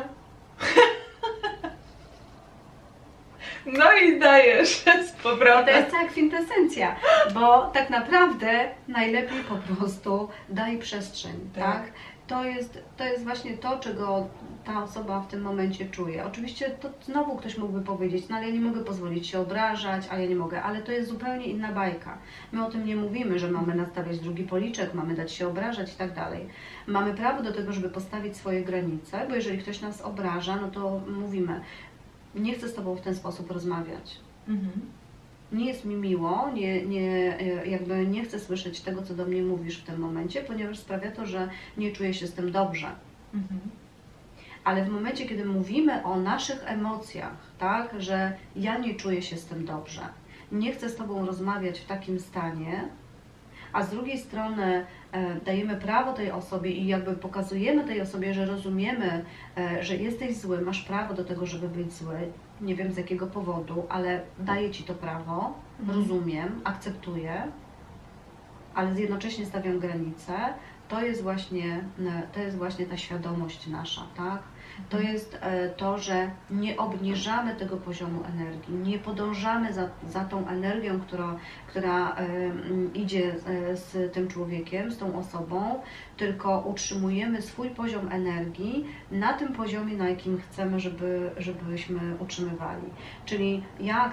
No i dajesz z powrotem. To jest cała kwintesencja, bo tak naprawdę najlepiej po prostu daj przestrzeń, tak? To jest właśnie to, czego ta osoba w tym momencie czuje. Oczywiście to znowu ktoś mógłby powiedzieć, no ale ja nie mogę pozwolić się obrażać, a ja nie mogę, ale to jest zupełnie inna bajka. My o tym nie mówimy, że mamy nastawiać drugi policzek, mamy dać się obrażać i tak dalej. Mamy prawo do tego, żeby postawić swoje granice, bo jeżeli ktoś nas obraża, no to mówimy, nie chcę z Tobą w ten sposób rozmawiać. Nie jest mi miło, jakby nie chcę słyszeć tego, co do mnie mówisz w tym momencie, ponieważ sprawia to, że nie czuję się z tym dobrze. Ale w momencie, kiedy mówimy o naszych emocjach, tak, że ja nie czuję się z tym dobrze, nie chcę z Tobą rozmawiać w takim stanie, a z drugiej strony dajemy prawo tej osobie i jakby pokazujemy tej osobie, że rozumiemy, że jesteś zły, masz prawo do tego, żeby być zły, nie wiem z jakiego powodu, ale daję Ci to prawo, rozumiem, akceptuję, ale jednocześnie stawiam granice, to jest właśnie ta świadomość nasza, tak? To jest to, że nie obniżamy tego poziomu energii, nie podążamy za tą energią, która idzie z tym człowiekiem, z tą osobą, tylko utrzymujemy swój poziom energii na tym poziomie, na jakim chcemy, żebyśmy utrzymywali. Czyli ja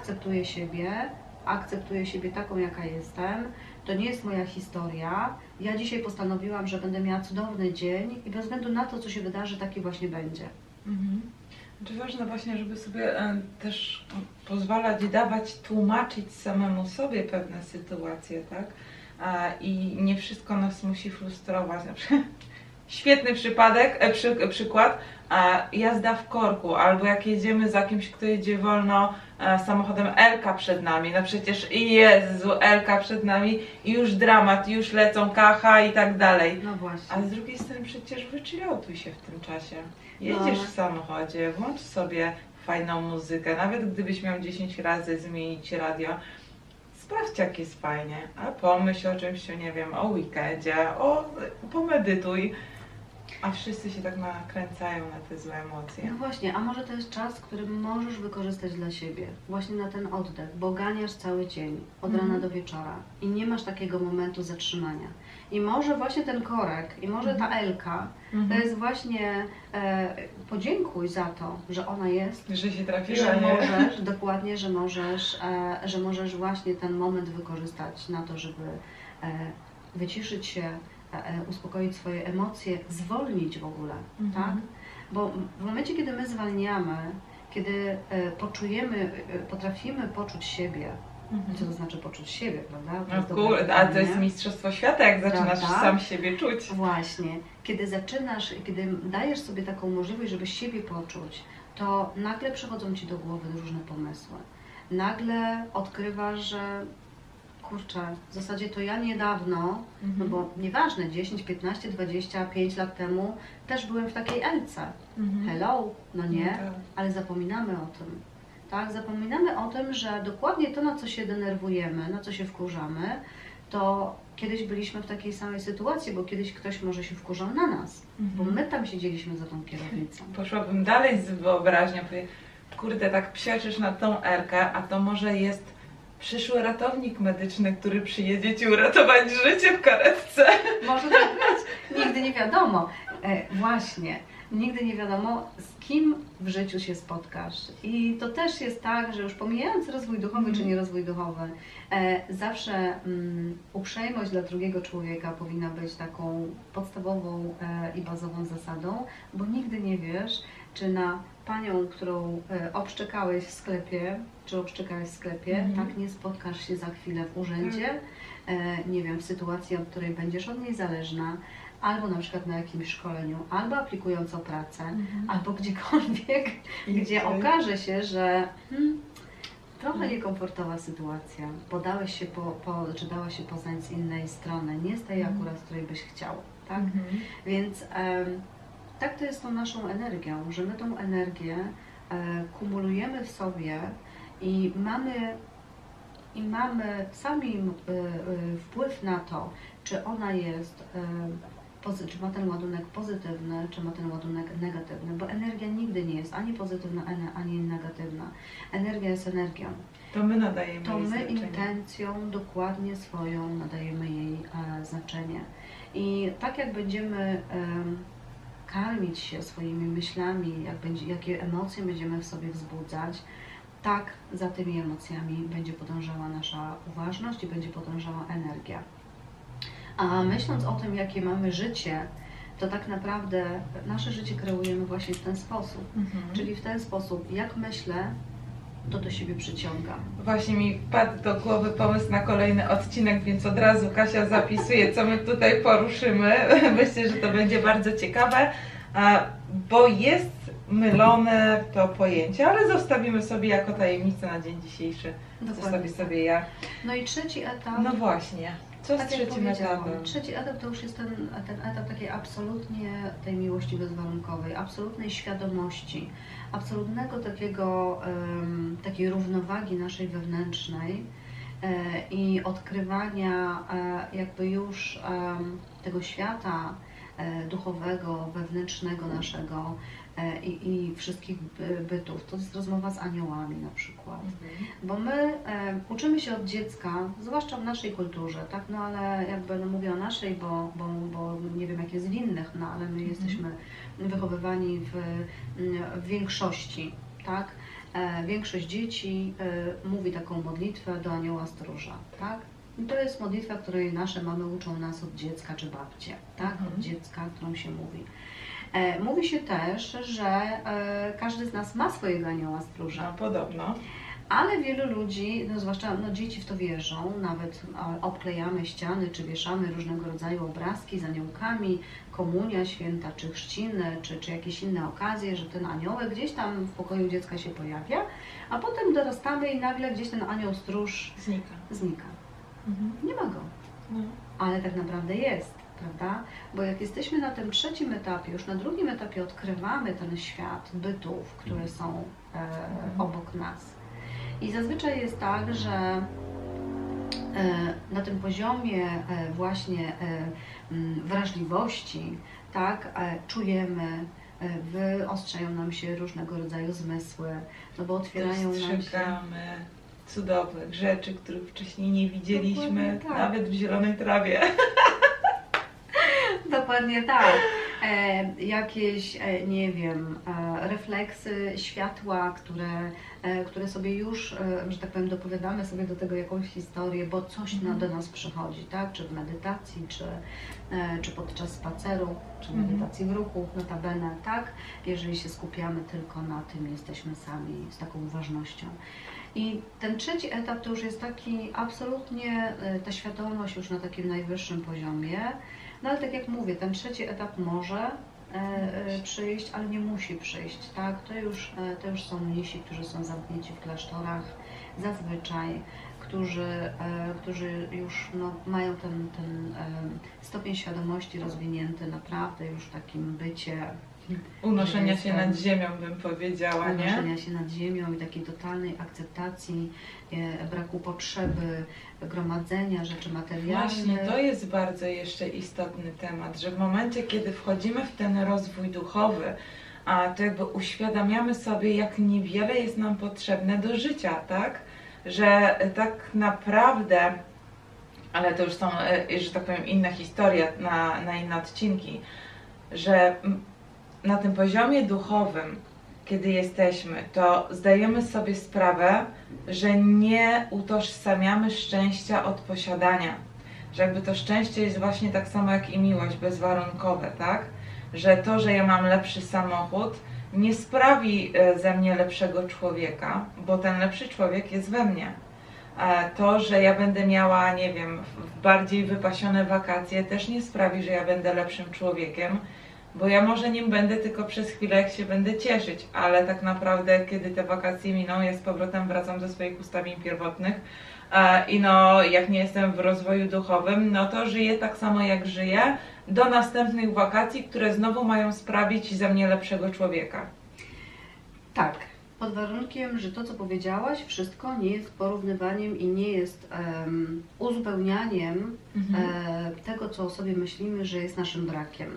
akceptuję siebie taką, jaka jestem, to nie jest moja historia, ja dzisiaj postanowiłam, że będę miała cudowny dzień i bez względu na to, co się wydarzy, taki właśnie będzie. Czy ważne właśnie, żeby sobie też pozwalać, dawać, tłumaczyć samemu sobie pewne sytuacje, tak? I nie wszystko nas musi frustrować. Na przykład, świetny przykład, jazda w korku, albo jak jedziemy za kimś, kto jedzie wolno samochodem, Elka przed nami, no przecież Jezu, Elka przed nami i już dramat, już lecą kacha i tak dalej. No właśnie. Ale z drugiej strony przecież wychilluj się w tym czasie. Jedziesz w samochodzie, włącz sobie fajną muzykę, nawet gdybyś miał 10 razy zmienić radio, sprawdź jak jest fajnie, a pomyśl o czymś, nie wiem, o weekendzie, pomedytuj. A wszyscy się tak nakręcają na te złe emocje. No właśnie, a może to jest czas, który możesz wykorzystać dla siebie, właśnie na ten oddech, bo ganiasz cały dzień, od rana do wieczora i nie masz takiego momentu zatrzymania. I może właśnie ten korek, i może ta Elka, to jest właśnie podziękuj za to, że ona jest, że się trafiła, że możesz, dokładnie, że możesz właśnie ten moment wykorzystać na to, żeby wyciszyć się, uspokoić swoje emocje, zwolnić w ogóle, tak? Bo w momencie, kiedy my zwalniamy, kiedy potrafimy poczuć siebie, co to znaczy poczuć siebie, prawda? No kurde, ale to jest mistrzostwo świata, jak zaczynasz sam siebie czuć. Właśnie. Kiedy dajesz sobie taką możliwość, żeby siebie poczuć, to nagle przychodzą Ci do głowy różne pomysły. Nagle odkrywasz, że kurczę, w zasadzie to ja niedawno, no bo nieważne, 10, 15, 25 lat temu też byłem w takiej Elce. Hello, no nie, ale zapominamy o tym. Tak, zapominamy o tym, że dokładnie to, na co się denerwujemy, na co się wkurzamy, to kiedyś byliśmy w takiej samej sytuacji, bo kiedyś ktoś może się wkurzał na nas, bo my tam siedzieliśmy za tą kierownicą. Poszłabym dalej z wyobraźnią, kurde, tak psioczysz na tą Elkę, a to może jest przyszły ratownik medyczny, który przyjedzie Ci uratować życie w karetce. Może tak być, nigdy nie wiadomo. Właśnie, Nigdy nie wiadomo, z kim w życiu się spotkasz. I to też jest tak, że już pomijając rozwój duchowy czy nie rozwój duchowy, zawsze uprzejmość dla drugiego człowieka powinna być taką podstawową i bazową zasadą, bo nigdy nie wiesz, czy na panią, którą obszczekałeś w sklepie, czy obszczekałeś w sklepie, tak nie spotkasz się za chwilę w urzędzie, nie wiem, w sytuacji, od której będziesz od niej zależna, albo na przykład na jakimś szkoleniu, albo aplikując o pracę, albo gdziekolwiek, gdzie okaże się, że trochę niekomfortowa sytuacja, bo dałeś się czy dała się poznać z innej strony, nie z tej akurat, z której byś chciał, tak? Więc tak to jest tą naszą energią, że my tą energię kumulujemy w sobie i mamy sami wpływ na to, czy ona jest, czy ma ten ładunek pozytywny, czy ma ten ładunek negatywny, bo energia nigdy nie jest ani pozytywna, ani negatywna. Energia jest energią. To my nadajemy To jej my znaczenie. intencją dokładnie swoją nadajemy jej znaczenie. I tak jak będziemy karmić się swoimi myślami, jakie emocje będziemy w sobie wzbudzać, tak za tymi emocjami będzie podążała nasza uważność i będzie podążała energia. A myśląc o tym, jakie mamy życie, to tak naprawdę nasze życie kreujemy właśnie w ten sposób. Czyli w ten sposób, jak myślę, to do siebie przyciągam. Właśnie mi wpadł do głowy pomysł na kolejny odcinek, więc od razu Kasia zapisuje, co my tutaj poruszymy. Myślę, że to będzie bardzo ciekawe, bo jest mylone to pojęcie, ale zostawimy sobie jako tajemnicę na dzień dzisiejszy. Zostawię sobie ja. No i trzeci etap. No właśnie. Co z trzecim etapem? Trzeci etap to już jest ten etap takiej absolutnie tej miłości bezwarunkowej, absolutnej świadomości, absolutnego takiej równowagi naszej wewnętrznej i odkrywania jakby już tego świata duchowego, wewnętrznego naszego i wszystkich bytów. To jest rozmowa z aniołami na przykład. Bo my uczymy się od dziecka, zwłaszcza w naszej kulturze, tak? No ale jakby mówię o naszej, bo nie wiem jak jest w innych, no ale my jesteśmy wychowywani w większości, tak? Większość dzieci mówi taką modlitwę do anioła stróża, tak? I to jest modlitwa, której nasze mamy uczą nas od dziecka czy babcie, tak? Od dziecka, którą się mówi. Mówi się też, że każdy z nas ma swojego anioła stróża. No, podobno. Ale wielu ludzi, no zwłaszcza dzieci w to wierzą, nawet obklejamy ściany, czy wieszamy różnego rodzaju obrazki z aniołkami, komunia święta, czy chrzciny, czy jakieś inne okazje, że ten aniołek gdzieś tam w pokoju dziecka się pojawia, a potem dorastamy i nagle gdzieś ten anioł stróż znika. Nie ma go. No. Ale tak naprawdę jest, prawda? Bo jak jesteśmy na tym trzecim etapie, już na drugim etapie odkrywamy ten świat bytów, które są obok nas. I zazwyczaj jest tak, że na tym poziomie właśnie wrażliwości, tak, czujemy, wyostrzają nam się różnego rodzaju zmysły, no bo otwierają nam się... Dostrzegamy cudownych rzeczy, których wcześniej nie widzieliśmy, tak. nawet w zielonej trawie. Dokładnie tak. Jakieś, nie wiem, refleksy światła, które sobie już, że tak powiem, dopowiadamy sobie do tego jakąś historię, bo coś do nas przychodzi, tak? Czy w medytacji, czy podczas spaceru, czy medytacji w ruchu, notabene, tak? Jeżeli się skupiamy tylko na tym, jesteśmy sami z taką uważnością. I ten trzeci etap to już jest taki absolutnie ta świadomość już na takim najwyższym poziomie. No ale tak jak mówię, ten trzeci etap może przyjść, ale nie musi przyjść, tak? To już są mnisi, którzy są zamknięci w klasztorach zazwyczaj, którzy już mają ten stopień świadomości rozwinięty naprawdę już w takim bycie. Unoszenia się nad ziemią, bym powiedziała, nie? Unoszenia się nad ziemią i takiej totalnej akceptacji, braku potrzeby gromadzenia rzeczy materialnych. Właśnie, to jest bardzo jeszcze istotny temat, że w momencie, kiedy wchodzimy w ten rozwój duchowy, to jakby uświadamiamy sobie, jak niewiele jest nam potrzebne do życia, tak? Że tak naprawdę, ale to już są, że tak powiem, inne historie na inne odcinki, że na tym poziomie duchowym, kiedy jesteśmy, to zdajemy sobie sprawę, że nie utożsamiamy szczęścia od posiadania. Że jakby to szczęście jest właśnie tak samo jak i miłość, bezwarunkowe, tak? Że to, że ja mam lepszy samochód, nie sprawi ze mnie lepszego człowieka, bo ten lepszy człowiek jest we mnie. To, że ja będę miała, nie wiem, bardziej wypasione wakacje, też nie sprawi, że ja będę lepszym człowiekiem, bo ja może nim będę tylko przez chwilę, jak się będę cieszyć, ale tak naprawdę, kiedy te wakacje miną, ja z powrotem wracam do swoich ustawień pierwotnych i no, jak nie jestem w rozwoju duchowym, no to żyję tak samo, jak żyję, do następnych wakacji, które znowu mają sprawić ze mnie lepszego człowieka. Tak, pod warunkiem, że to, co powiedziałaś, wszystko nie jest porównywaniem i nie jest uzupełnianiem tego, co o sobie myślimy, że jest naszym brakiem.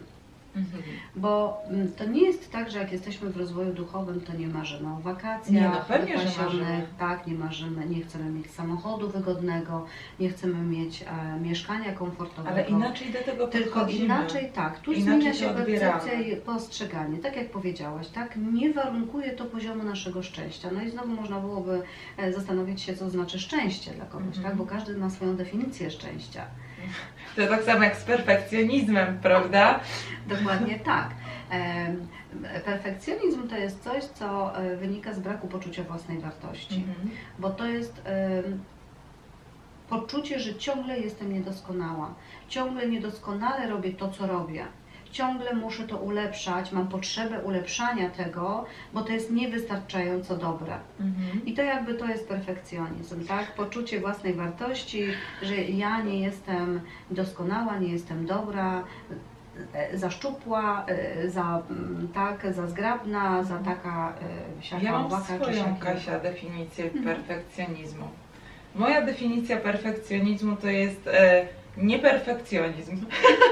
Bo to nie jest tak, że jak jesteśmy w rozwoju duchowym, to nie marzymy o wakacjach, Nie, no pewnie, że marzymy. tak, nie marzymy, nie chcemy mieć samochodu wygodnego, nie chcemy mieć mieszkania komfortowego. Ale inaczej do tego tylko podchodzimy. inaczej, tak, tu Inaczej zmienia się to odbieramy. percepcja i postrzeganie, tak jak powiedziałaś, tak, nie warunkuje to poziomu naszego szczęścia. No i znowu można byłoby zastanowić się, co znaczy szczęście dla kogoś, tak, bo każdy ma swoją definicję szczęścia. To tak samo jak z perfekcjonizmem, prawda? Dokładnie tak. Perfekcjonizm to jest coś, co wynika z braku poczucia własnej wartości, bo to jest poczucie, że ciągle jestem niedoskonała, ciągle niedoskonale robię to, co robię, ciągle muszę to ulepszać, mam potrzebę ulepszania tego, bo to jest niewystarczająco dobre. I to jakby to jest perfekcjonizm, tak? Poczucie własnej wartości, że ja nie jestem doskonała, nie jestem dobra, za szczupła, za zgrabna, za taka siaka, Ja mam owaka, czy swoją, siaki. Kasia, definicję perfekcjonizmu. Moja definicja perfekcjonizmu to jest nieperfekcjonizm.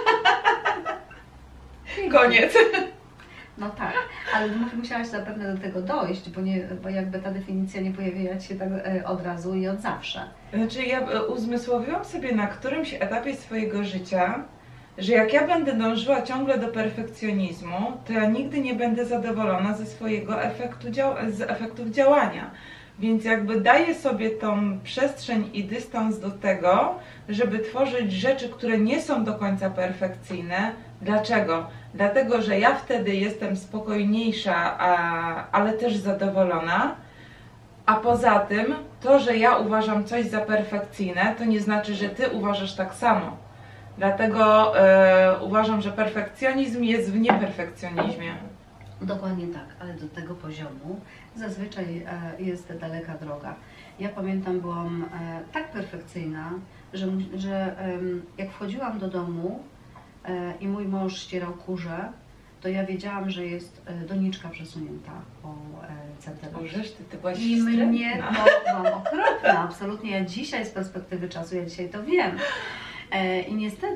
Koniec. No tak, ale musiałaś zapewne do tego dojść, bo jakby ta definicja nie pojawiła się tak od razu i od zawsze. Znaczy ja uzmysłowiłam sobie na którymś etapie swojego życia, że jak ja będę dążyła ciągle do perfekcjonizmu, to ja nigdy nie będę zadowolona ze swojego z efektów działania. Więc jakby daję sobie tą przestrzeń i dystans do tego, żeby tworzyć rzeczy, które nie są do końca perfekcyjne. Dlaczego? Dlatego, że ja wtedy jestem spokojniejsza, ale też zadowolona. A poza tym, to, że ja uważam coś za perfekcyjne, to nie znaczy, że ty uważasz tak samo. Dlatego uważam, że perfekcjonizm jest w nieperfekcjonizmie. Dokładnie tak, ale do tego poziomu zazwyczaj jest daleka droga. Ja pamiętam, byłam tak perfekcyjna, że jak wchodziłam do domu i mój mąż ścierał kurze, to ja wiedziałam, że jest doniczka przesunięta o centymetr. Bożeż, ty byłaś I wstrętna. mnie to byłam okropna, absolutnie. Ja dzisiaj z perspektywy czasu, ja dzisiaj to wiem. I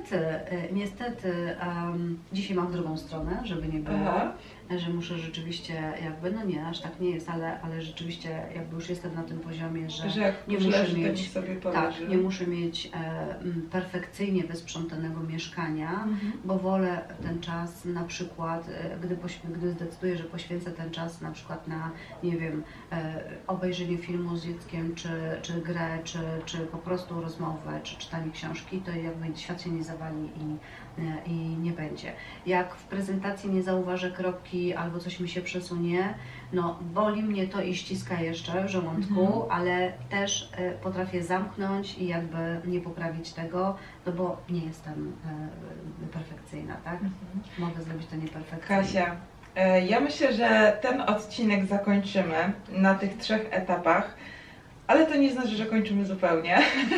niestety dzisiaj mam w drugą stronę, żeby nie było, że muszę rzeczywiście jakby, no nie, aż tak nie jest, ale rzeczywiście jakby już jestem na tym poziomie, że jak nie muszę leży, mieć, sobie tak, nie muszę mieć perfekcyjnie wysprzątanego mieszkania, bo wolę ten czas na przykład, gdy zdecyduję, że poświęcę ten czas na przykład na, nie wiem, obejrzenie filmu z dzieckiem, czy grę, czy po prostu rozmowę, czy czytanie książki, to jakby świat się nie zawali i nie będzie. Jak w prezentacji nie zauważę kropki albo coś mi się przesunie, no boli mnie to i ściska jeszcze w żołądku, ale też potrafię zamknąć i jakby nie poprawić tego, no bo nie jestem perfekcyjna, tak? Mogę zrobić to nieperfekcyjnie. Kasia, ja myślę, że ten odcinek zakończymy na tych 3 etapach, ale to nie znaczy, że kończymy zupełnie.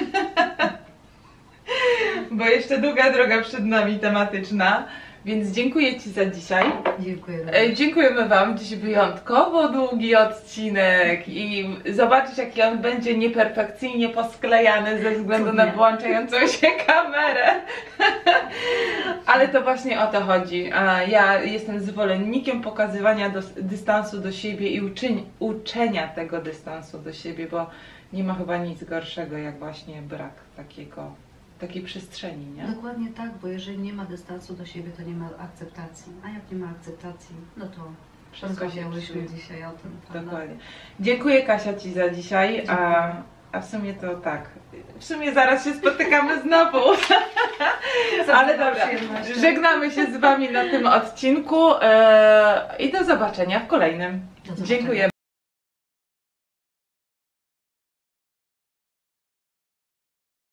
Bo jeszcze długa droga przed nami tematyczna, więc dziękuję Ci za dzisiaj. Dziękuję również. Dziękujemy Wam. Dziś wyjątkowo długi odcinek i zobaczysz, jaki on będzie nieperfekcyjnie posklejany ze względu na włączającą się kamerę. Ale to właśnie o to chodzi. Ja jestem zwolennikiem pokazywania dystansu do siebie i uczenia tego dystansu do siebie, bo nie ma chyba nic gorszego jak właśnie brak takiego takiej przestrzeni, nie? Dokładnie tak, bo jeżeli nie ma dystansu do siebie, to nie ma akceptacji. A jak nie ma akceptacji, no to Wszystko się rozmawiałyśmy psuje. dzisiaj o tym, prawda? Dokładnie. Dziękuję Kasia Ci za dzisiaj, a w sumie to tak, w sumie zaraz się spotykamy znowu. Ale dobra, żegnamy się z Wami na tym odcinku i do zobaczenia w kolejnym. Do zobaczenia. Dziękuję.